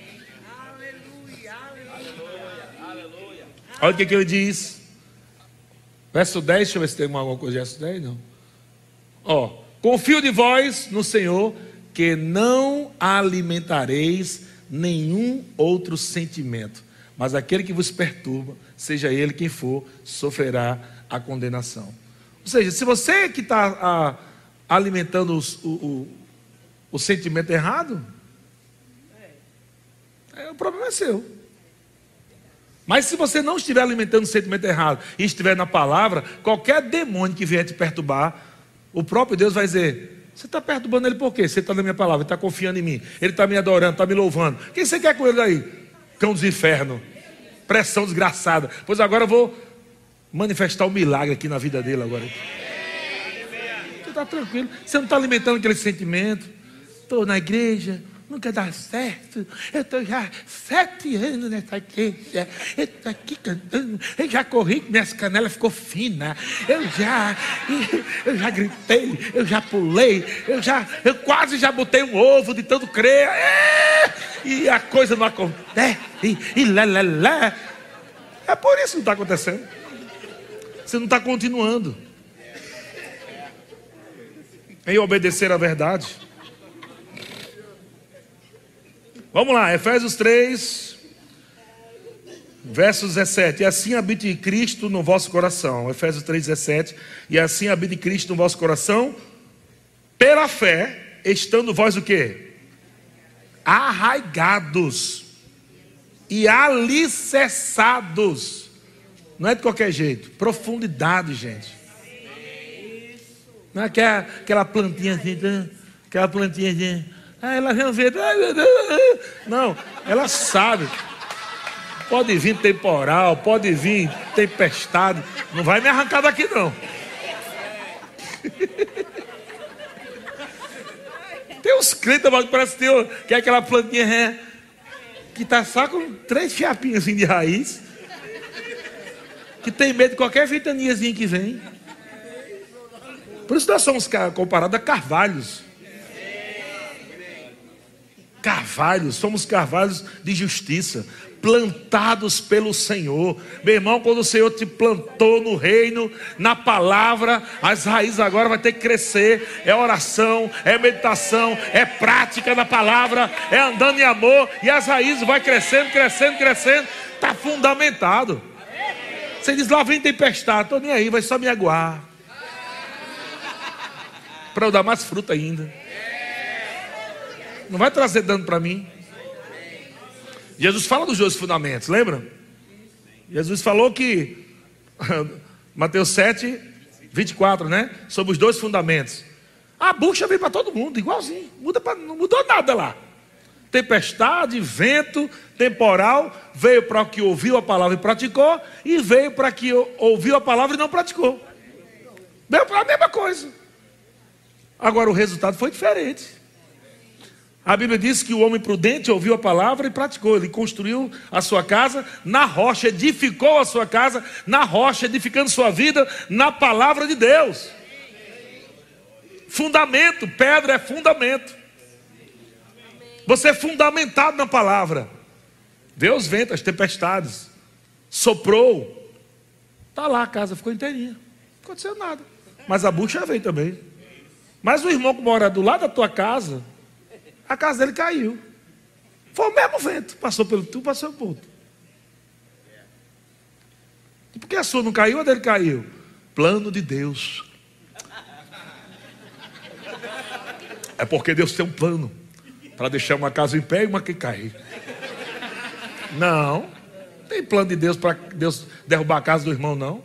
Olha o que ele diz. Verso 10, deixa eu ver se tem alguma coisa de verso 10, não. Confio de vós no Senhor, que não alimentareis nenhum outro sentimento, mas aquele que vos perturba, seja ele quem for, sofrerá a condenação. Ou seja, se você que está alimentando o sentimento errado, o problema é seu. Mas se você não estiver alimentando o sentimento errado e estiver na palavra, qualquer demônio que vier te perturbar, o próprio Deus vai dizer: você está perturbando ele por quê? Você está na minha palavra, ele está confiando em mim, ele está me adorando, está me louvando. Quem você quer com ele aí? Cão dos infernos, pressão desgraçada. Pois agora eu vou manifestar um milagre aqui na vida dele agora. Você está tranquilo, você não está alimentando aquele sentimento. Estou na igreja, nunca dá certo. Eu estou já 7 anos nessa igreja. Eu estou aqui cantando. Eu já corri, minhas canelas ficou finas. Eu já gritei, eu já pulei, eu quase já botei um ovo de tanto crer. E a coisa não acontece. E lá, lá, lá. É por isso que não está acontecendo. Você não está continuando em obedecer à verdade. Vamos lá, Efésios 3, verso 17. E assim habite Cristo no vosso coração. Efésios 3, 17. E assim habite Cristo no vosso coração, pela fé, estando vós o quê? Arraigados e alicerçados. Não é de qualquer jeito, profundidade, gente. Não é aquela plantinha assim, aquela plantinha assim. Ela vem ver. Não, ela sabe. Pode vir temporal, pode vir tempestade. Não vai me arrancar daqui, não. Tem uns crentes, mas parece que é aquela plantinha que está só com 3 fiapinhos assim de raiz, que tem medo de qualquer ventaniazinha que vem. Por isso nós somos comparados a carvalhos. Carvalhos, somos carvalhos de justiça, plantados pelo Senhor. Meu irmão, quando o Senhor te plantou no reino, na palavra, as raízes agora vão ter que crescer. É oração, é meditação, é prática da palavra, é andando em amor, e as raízes vão crescendo, crescendo, crescendo. Está fundamentado. Você diz: lá vem tempestade, estou nem aí, vai só me aguar para eu dar mais fruta ainda. Não vai trazer dano para mim. Jesus fala dos 2 fundamentos, lembra? Jesus falou que Mateus 7, 24, né? Sobre os 2 fundamentos. A bucha veio para todo mundo, igualzinho. Não mudou nada lá. Tempestade, vento, temporal. Veio para o que ouviu a palavra e praticou. E veio para que ouviu a palavra e não praticou. Veio para a mesma coisa. Agora o resultado foi diferente. A Bíblia diz que o homem prudente ouviu a palavra e praticou. Ele construiu a sua casa na rocha, edificou a sua casa na rocha, edificando sua vida na palavra de Deus. Fundamento, pedra é fundamento. Você é fundamentado na palavra. Veio os ventos, as tempestades, soprou. Está lá, a casa ficou inteirinha. Não aconteceu nada. Mas a bucha veio também. Mas o irmão que mora do lado da tua casa, a casa dele caiu. Foi o mesmo vento. Passou pelo tu, passou pelo outro. E por que a sua não caiu, a dele caiu? Plano de Deus. É porque Deus tem um plano para deixar uma casa em pé e uma que cair. Não tem plano de Deus para Deus derrubar a casa do irmão, não.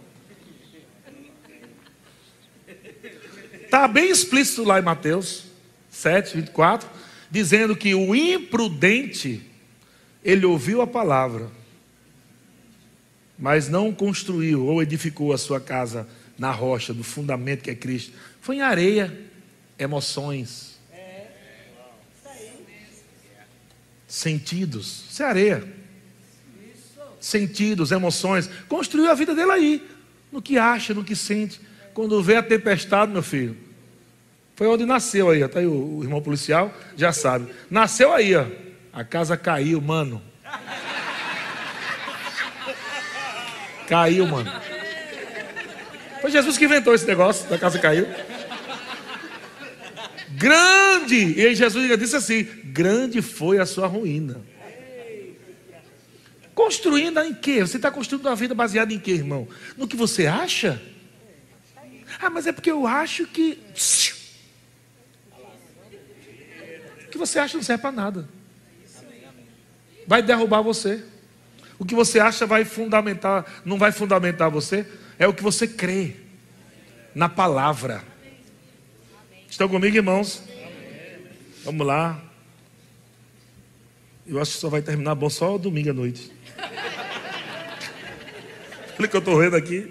Está bem explícito lá em Mateus 7, 24, dizendo que o imprudente, ele ouviu a palavra, mas não construiu ou edificou a sua casa na rocha, no fundamento que é Cristo. Foi em areia, emoções, sentidos. Isso é areia. Sentidos, emoções. Construiu a vida dele aí, no que acha, no que sente. Quando vê a tempestade, meu filho, foi onde nasceu aí, está aí o irmão policial, já sabe. Nasceu aí, ó. A casa caiu, mano. Caiu, mano. Foi Jesus que inventou esse negócio, da casa caiu. Grande! E aí Jesus disse assim: grande foi a sua ruína. Construindo em quê? Você está construindo uma vida baseada em quê, irmão? No que você acha? Ah, mas é porque eu acho que... O que você acha não serve para nada. Vai derrubar você. O que você acha vai fundamentar, não vai fundamentar você, é o que você crê na palavra. Estão comigo, irmãos? Vamos lá. Eu acho que só vai terminar bom só domingo à noite. Olha que eu estou vendo aqui.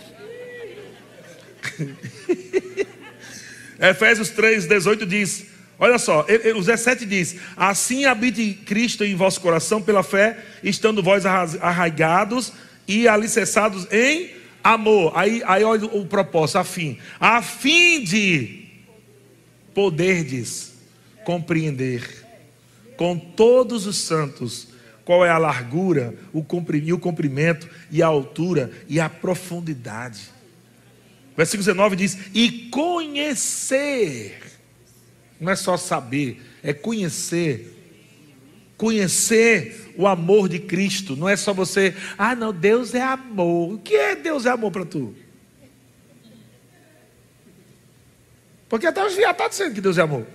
Efésios 3:18 diz, olha só, o 17 diz: assim habite Cristo em vosso coração pela fé, estando vós arraigados e alicerçados em amor. Aí olha o propósito, a fim de poderdes compreender com todos os santos qual é a largura, o comprimento e a altura e a profundidade. Versículo 19 diz: e conhecer, não é só saber, é conhecer o amor de Cristo. Não é só você, não, Deus é amor. O que é Deus é amor para tu? Porque até os viados estão dizendo que Deus é amor.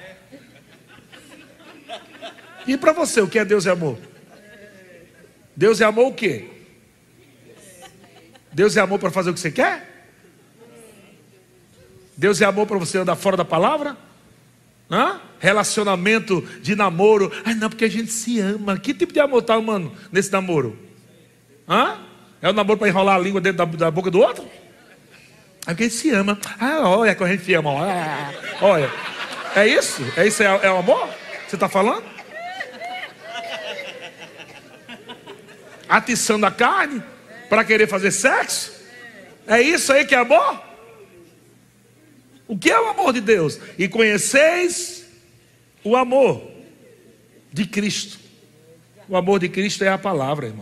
E para você, o que é Deus é amor? Deus é amor o quê? Deus é amor para fazer o que você quer? Deus é amor para você andar fora da palavra? Relacionamento de namoro. Não, porque a gente se ama. Que tipo de amor está, mano, nesse namoro? É o namoro para enrolar a língua dentro da boca do outro? É porque a gente se ama. Olha que a gente se ama. Olha. É isso? É o amor? Você está falando? Atiçando a carne para querer fazer sexo? É isso aí que é amor? O que é o amor de Deus? E conheceis o amor de Cristo. O amor de Cristo é a palavra, irmão.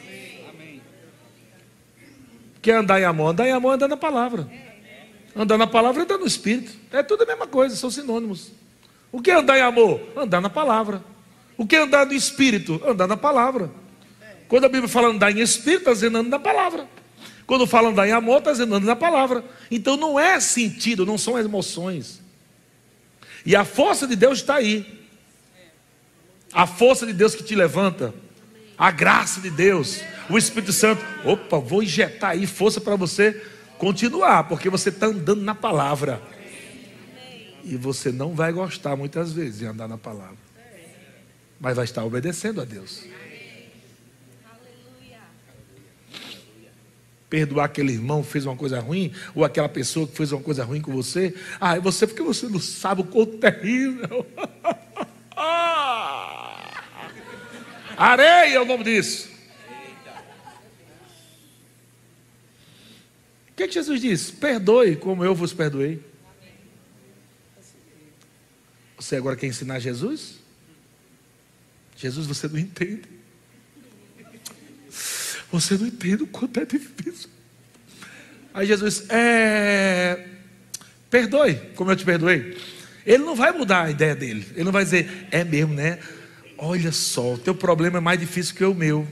Quer andar em amor? Andar em amor é andar na palavra. Andar na palavra é andar no Espírito. É tudo a mesma coisa, são sinônimos. O que é andar em amor? Andar na palavra. O que é andar no Espírito? Andar na palavra. Quando a Bíblia fala andar em Espírito, está dizendo andar na palavra. Quando fala andar em amor, está dizendo andar na palavra. Então não é sentido, não são emoções. E a força de Deus está aí. A força de Deus que te levanta. A graça de Deus. O Espírito Santo. Opa, vou injetar aí força para você continuar. Porque você está andando na palavra. E você não vai gostar muitas vezes de andar na palavra. Mas vai estar obedecendo a Deus. Perdoar aquele irmão que fez uma coisa ruim, ou aquela pessoa que fez uma coisa ruim com você. Você porque você não sabe o quanto terrível. Areia é o nome disso. O que Jesus disse? Perdoe como eu vos perdoei. Você agora quer ensinar Jesus? Jesus, você não entende. Você não entende o quanto é difícil. Aí Jesus, perdoe, como eu te perdoei. Ele não vai mudar a ideia dele. Ele não vai dizer, é mesmo, né? Olha só, o teu problema é mais difícil que o meu.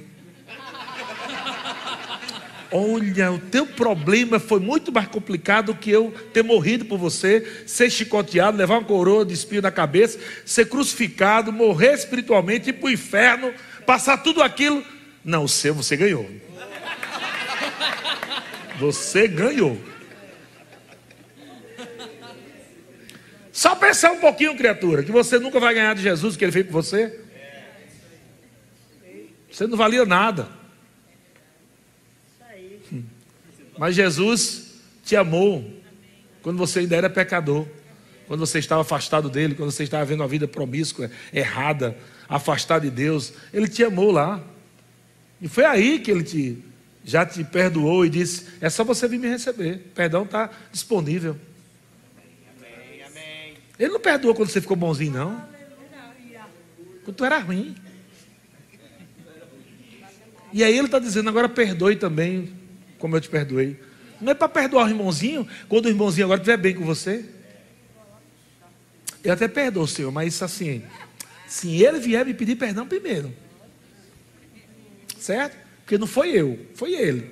Olha, o teu problema foi muito mais complicado que eu ter morrido por você, ser chicoteado, levar uma coroa de espinho na cabeça, ser crucificado, morrer espiritualmente, ir para o inferno, passar tudo aquilo. Não, o seu você ganhou. Você ganhou. Só pensar um pouquinho, criatura, que você nunca vai ganhar de Jesus o que ele fez por você. Você não valia nada. Mas Jesus te amou quando você ainda era pecador, quando você estava afastado dele, quando você estava vendo uma vida promíscua, errada, afastado de Deus. Ele te amou lá. E foi aí que ele já te perdoou e disse, é só você vir me receber. Perdão está disponível. Ele não perdoou quando você ficou bonzinho, não. Quando tu era ruim. E aí ele está dizendo, agora perdoe também, como eu te perdoei. Não é para perdoar o irmãozinho, quando o irmãozinho agora estiver bem com você. Eu até perdoo, Senhor, mas isso assim, se ele vier me pedir perdão primeiro. Certo? Porque não foi eu, foi ele.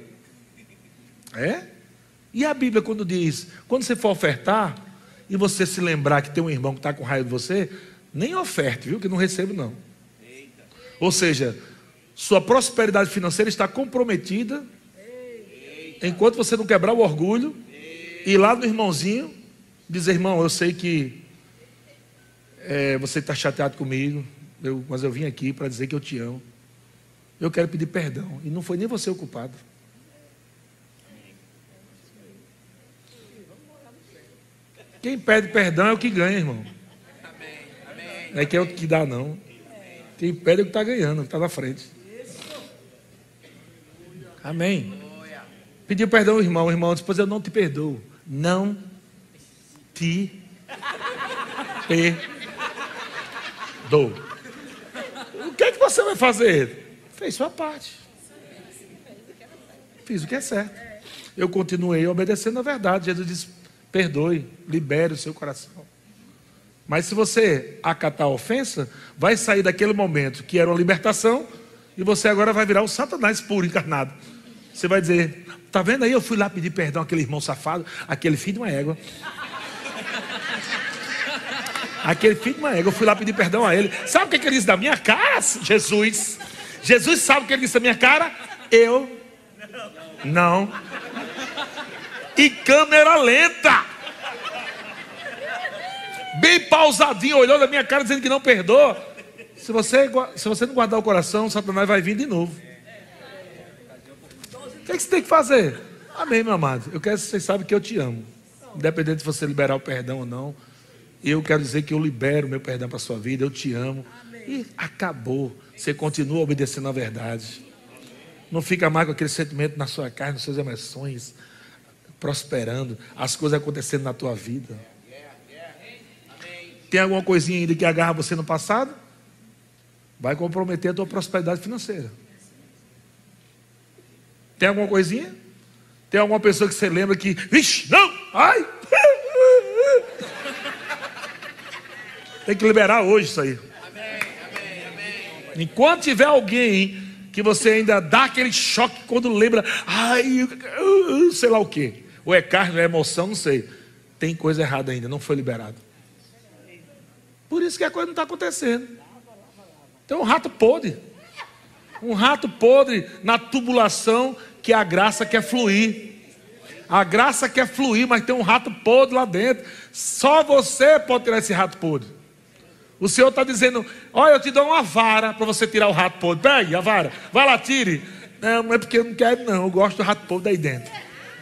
E a Bíblia quando diz, quando você for ofertar, e você se lembrar que tem um irmão que está com raiva de você, nem oferte, viu? Que não recebo não. Ou seja, Sua prosperidade financeira está comprometida enquanto você não quebrar o orgulho e ir lá no irmãozinho dizer: irmão, eu sei que você está chateado comigo, mas eu vim aqui para dizer que eu te amo. Eu quero pedir perdão. E não foi nem você o culpado. Quem pede perdão é o que ganha, irmão. Não é que é o que dá, não. Quem pede é o que está ganhando, o que está na frente. Amém. Pediu perdão ao irmão. O irmão disse: pois eu não te perdoo. Não te perdoo. O que é que você vai fazer? Fez sua parte. Fiz o que é certo. Eu continuei obedecendo a verdade. Jesus disse: perdoe, libere o seu coração. Mas se você acatar a ofensa, vai sair daquele momento que era uma libertação, e você agora vai virar o Satanás puro, encarnado. Você vai dizer: tá vendo aí, eu fui lá pedir perdão àquele irmão safado, aquele filho de uma égua. Aquele filho de uma égua, eu fui lá pedir perdão a ele. Sabe o que ele disse da minha cara? Jesus sabe o que ele disse da minha cara? Eu não. E câmera lenta, bem pausadinho, olhou na minha cara dizendo que não perdoa. Se você não guardar o coração, Satanás vai vir de novo. O que é que você tem que fazer? Amém, meu amado. Eu quero que vocês saibam que eu te amo. Independente de você liberar o perdão ou não, eu quero dizer que eu libero o meu perdão para a sua vida. Eu te amo. E acabou. Você continua obedecendo a verdade. Não fica mais com aquele sentimento na sua carne, nas suas emoções, prosperando, as coisas acontecendo na tua vida. Tem alguma coisinha ainda que agarra você no passado? Vai comprometer a tua prosperidade financeira. Tem alguma coisinha? Tem alguma pessoa que você lembra que, vixe, não, ai. Tem que liberar hoje isso aí. Enquanto tiver alguém que você ainda dá aquele choque quando lembra, ai, sei lá o quê. Ou é carne, ou é emoção, não sei. Tem coisa errada ainda, não foi liberado. Por isso que a coisa não está acontecendo. Tem um rato podre. Um rato podre na tubulação que a graça quer fluir. A graça quer fluir, mas tem um rato podre lá dentro. Só você pode tirar esse rato podre. O Senhor está dizendo: olha, eu te dou uma vara para você tirar o rato podre. Pegue a vara, vai lá, tire. Não é porque eu não quero, não. Eu gosto do rato podre aí dentro.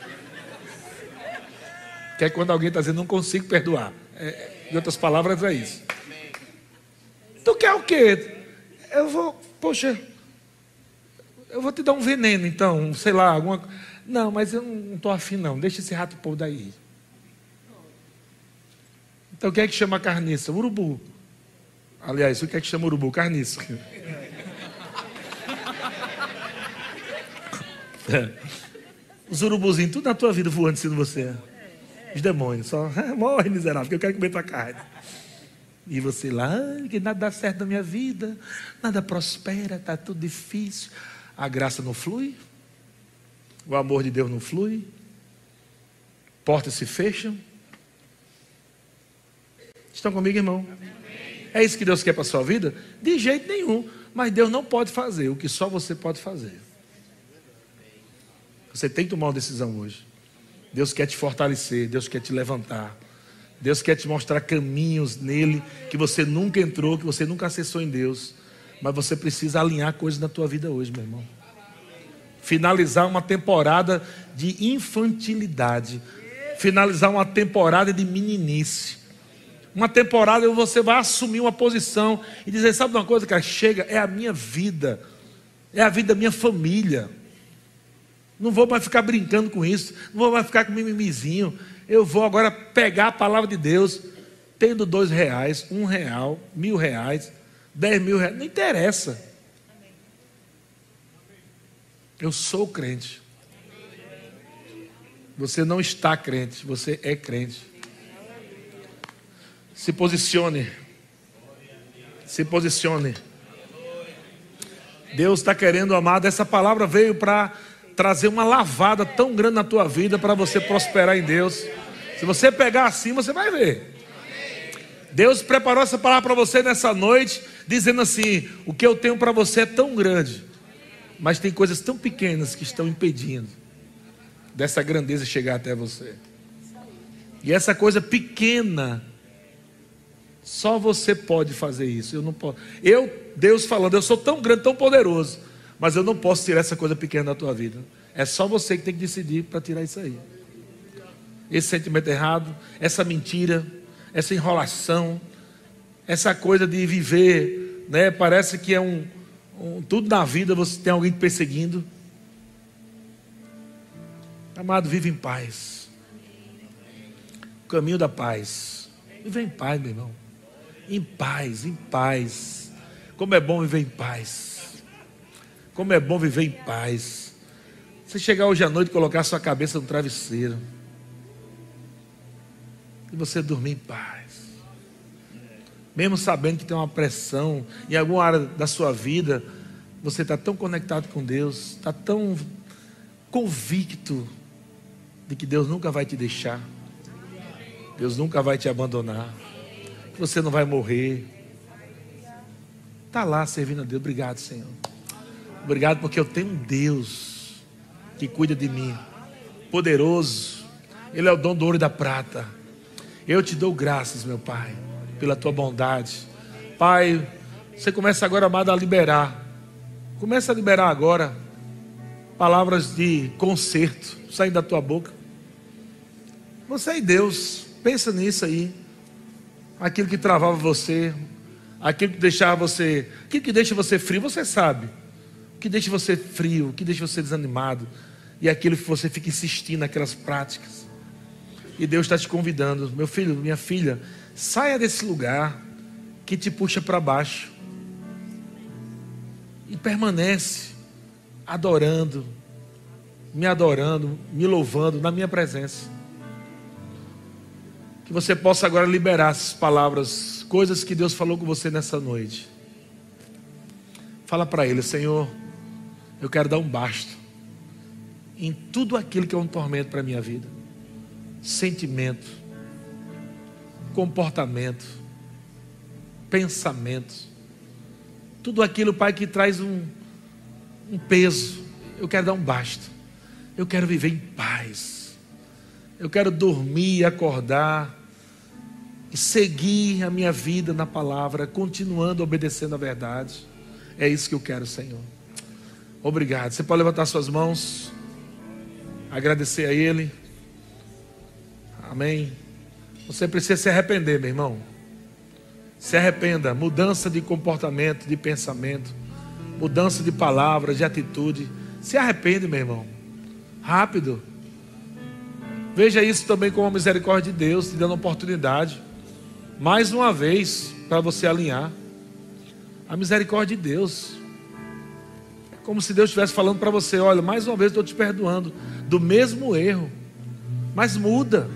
Que é quando alguém está dizendo: não consigo perdoar. Em outras palavras, é isso. Tu quer o quê? Eu vou te dar um veneno, então, sei lá, alguma. Não, mas eu não estou afim, não. Deixa esse rato podre daí. Então, quem é que chama a carniça? Urubu. Aliás, o que é que chama urubu? Carniça. Os urubuzinhos, tudo na tua vida voando assim você. Os demônios, só morre miserável, porque eu quero comer tua carne. E você lá, que nada dá certo na minha vida, nada prospera, está tudo difícil. A graça não flui, o amor de Deus não flui, portas se fecham. Estão comigo, irmão? É isso que Deus quer para a sua vida? De jeito nenhum. Mas Deus não pode fazer o que só você pode fazer. Você tem que tomar uma decisão hoje. Deus quer te fortalecer, Deus quer te levantar. Deus quer te mostrar caminhos nele que você nunca entrou, que você nunca acessou em Deus. Mas você precisa alinhar coisas na tua vida hoje, meu irmão. Finalizar uma temporada de infantilidade. Finalizar uma temporada de meninice. Uma temporada onde você vai assumir uma posição e dizer: sabe uma coisa, cara? Chega, é a minha vida. É a vida da minha família. Não vou mais ficar brincando com isso. Não vou mais ficar com mimimizinho. Eu vou agora pegar a palavra de Deus. Tendo R$2, R$1, R$1.000, R$10.000. Não interessa. Eu sou crente. Você não está crente. Você é crente. Se posicione. Se posicione. Deus está querendo, amado. Essa palavra veio para trazer uma lavada tão grande na tua vida para você prosperar em Deus. Se você pegar assim, você vai ver. Deus preparou essa palavra para você nessa noite, dizendo assim: o que eu tenho para você é tão grande Mas tem coisas tão pequenas que estão impedindo dessa grandeza chegar até você. E essa coisa pequena, só você pode fazer isso. Eu não posso. Deus falando, eu sou tão grande, tão poderoso, mas eu não posso tirar essa coisa pequena da tua vida. É só você que tem que decidir para tirar isso aí. Esse sentimento errado, essa mentira, essa enrolação, essa coisa de viver, né? Parece que é tudo na vida você tem alguém te perseguindo. Amado, vive em paz. O caminho da paz. Vive em paz, meu irmão. Em paz, em paz. Como é bom viver em paz. Como é bom viver em paz. Você chegar hoje à noite e colocar sua cabeça no travesseiro. E você dormir em paz. Mesmo sabendo que tem uma pressão em alguma área da sua vida, você está tão conectado com Deus, está tão convicto de que Deus nunca vai te deixar, Deus nunca vai te abandonar, que você não vai morrer. Está lá servindo a Deus. Obrigado, Senhor. Obrigado porque eu tenho um Deus que cuida de mim, poderoso. Ele é o dono do ouro e da prata. Eu te dou graças, meu Pai, pela tua bondade. Pai, você começa agora, amado, a liberar. Começa a liberar agora palavras de conserto saindo da tua boca. Você e Deus, pensa nisso aí. Aquilo que travava você, aquilo que deixava você, aquilo que deixa você frio, você sabe. O que deixa você frio, o que deixa você desanimado, e aquilo que você fica insistindo naquelas práticas. E Deus está te convidando, meu filho, minha filha, saia desse lugar que te puxa para baixo e permanece adorando, me louvando na minha presença. Que você possa agora liberar essas palavras, coisas que Deus falou com você nessa noite. Fala para Ele: Senhor, eu quero dar um basta em tudo aquilo que é um tormento para a minha vida. Sentimento, comportamento, pensamento, tudo aquilo, Pai, que traz um peso. Eu quero dar um basta. Eu quero viver em paz. Eu quero dormir e acordar e seguir a minha vida na palavra, continuando obedecendo a verdade. É isso que eu quero, Senhor. Obrigado. Você pode levantar suas mãos, agradecer a Ele. Amém. Você precisa se arrepender, meu irmão. Se arrependa. Mudança de comportamento, de pensamento, mudança de palavras, de atitude. Se arrepende, meu irmão. Rápido. Veja isso também como a misericórdia de Deus, te dando oportunidade, mais uma vez, para você alinhar. A misericórdia de Deus. É como se Deus estivesse falando para você: olha, mais uma vez estou te perdoando do mesmo erro, mas muda.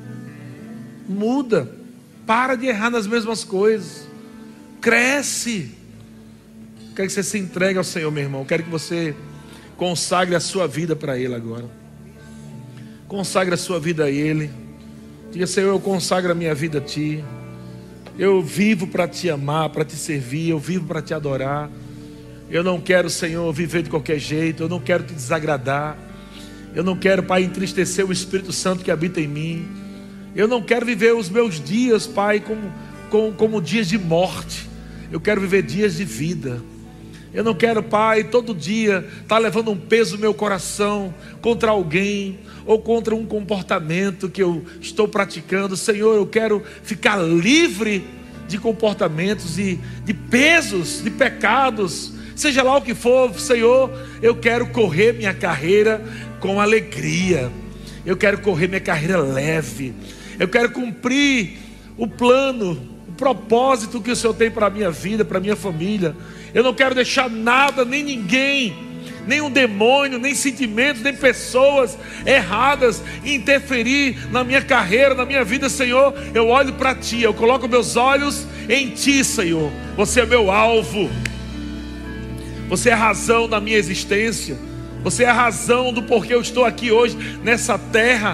Muda. Para de errar nas mesmas coisas. Cresce. Quero que você se entregue ao Senhor, meu irmão. Quero que você consagre a sua vida para Ele agora. Consagre a sua vida a Ele. Diga: Senhor, eu consagro a minha vida a Ti. Eu vivo para Te amar, para Te servir. Eu vivo para Te adorar. Eu não quero, Senhor, viver de qualquer jeito. Eu não quero Te desagradar. Eu não quero, Pai, entristecer o Espírito Santo que habita em mim. Eu não quero viver os meus dias, Pai, como dias de morte. Eu quero viver dias de vida. Eu não quero, Pai, todo dia estar levando um peso no meu coração contra alguém ou contra um comportamento que eu estou praticando. Senhor, eu quero ficar livre de comportamentos e de pesos, de pecados, seja lá o que for. Senhor, eu quero correr minha carreira com alegria. Eu quero correr minha carreira leve. Eu quero cumprir o plano, o propósito que o Senhor tem para a minha vida, para a minha família. Eu não quero deixar nada, nem ninguém, nem um demônio, nem sentimentos, nem pessoas erradas interferir na minha carreira, na minha vida. Senhor, eu olho para Ti, eu coloco meus olhos em Ti, Senhor. Você é meu alvo. Você é a razão da minha existência. Você é a razão do porquê eu estou aqui hoje nessa terra.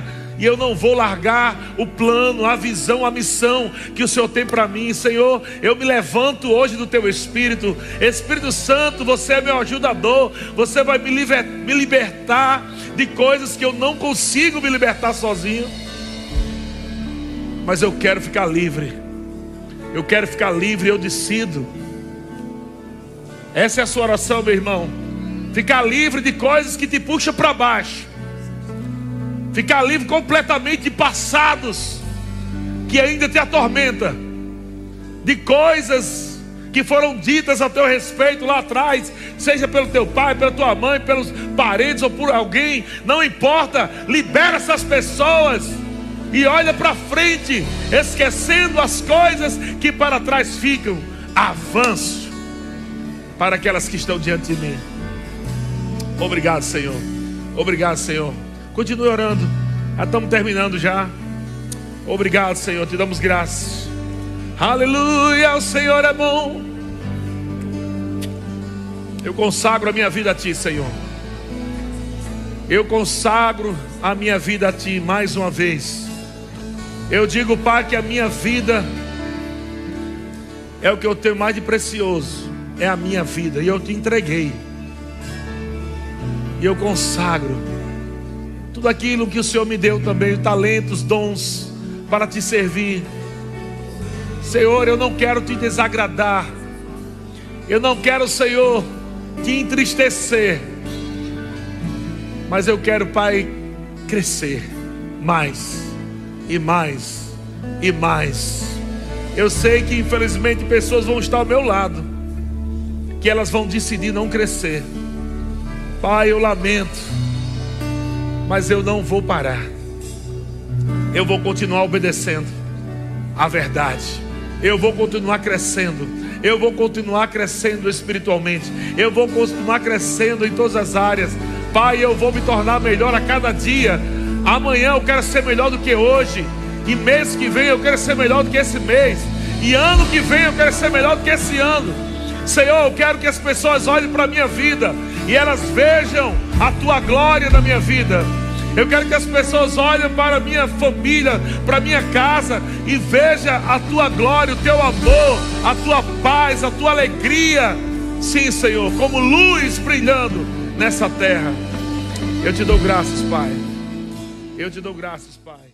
e eu não vou largar o plano, a visão, a missão que o Senhor tem para mim. Senhor, eu me levanto hoje do Teu Espírito. Espírito Santo, Você é meu ajudador. Você vai me libertar de coisas que eu não consigo me libertar sozinho. Mas eu quero ficar livre. Eu quero ficar livre, eu decido. Essa é a sua oração, meu irmão. Ficar livre de coisas que te puxam para baixo. Ficar livre completamente de passados que ainda te atormenta. De coisas que foram ditas a teu respeito lá atrás, seja pelo teu pai, pela tua mãe, pelos parentes ou por alguém, não importa. Libera essas pessoas e olha para frente, esquecendo as coisas que para trás ficam. Avanço para aquelas que estão diante de mim. Obrigado, Senhor. Obrigado, Senhor. Continue orando. Já estamos terminando já. Obrigado, Senhor. Te damos graças. Aleluia. O Senhor é bom. Eu consagro a minha vida a Ti, Senhor. Eu consagro a minha vida a Ti mais uma vez. Eu digo, Pai, que a minha vida é o que eu tenho mais de precioso. É a minha vida. E eu Te entreguei. E eu consagro tudo aquilo que o Senhor me deu também, talentos, dons, para Te servir. Senhor, eu não quero Te desagradar. Eu não quero, Senhor, Te entristecer. Mas eu quero, Pai, crescer mais e mais e mais. Eu sei que infelizmente pessoas vão estar ao meu lado, que elas vão decidir não crescer. Pai, eu lamento, mas eu não vou parar. Eu vou continuar obedecendo a verdade. Eu vou continuar crescendo. Eu vou continuar crescendo espiritualmente. Eu vou continuar crescendo em todas as áreas. Pai, eu vou me tornar melhor a cada dia. Amanhã eu quero ser melhor do que hoje. E mês que vem eu quero ser melhor do que esse mês. E ano que vem eu quero ser melhor do que esse ano. Senhor, eu quero que as pessoas olhem para a minha vida e elas vejam a Tua glória na minha vida. Eu quero que as pessoas olhem para a minha família, para a minha casa e vejam a Tua glória, o Teu amor, a Tua paz, a Tua alegria. Sim, Senhor, como luz brilhando nessa terra. Eu Te dou graças, Pai. Eu Te dou graças, Pai.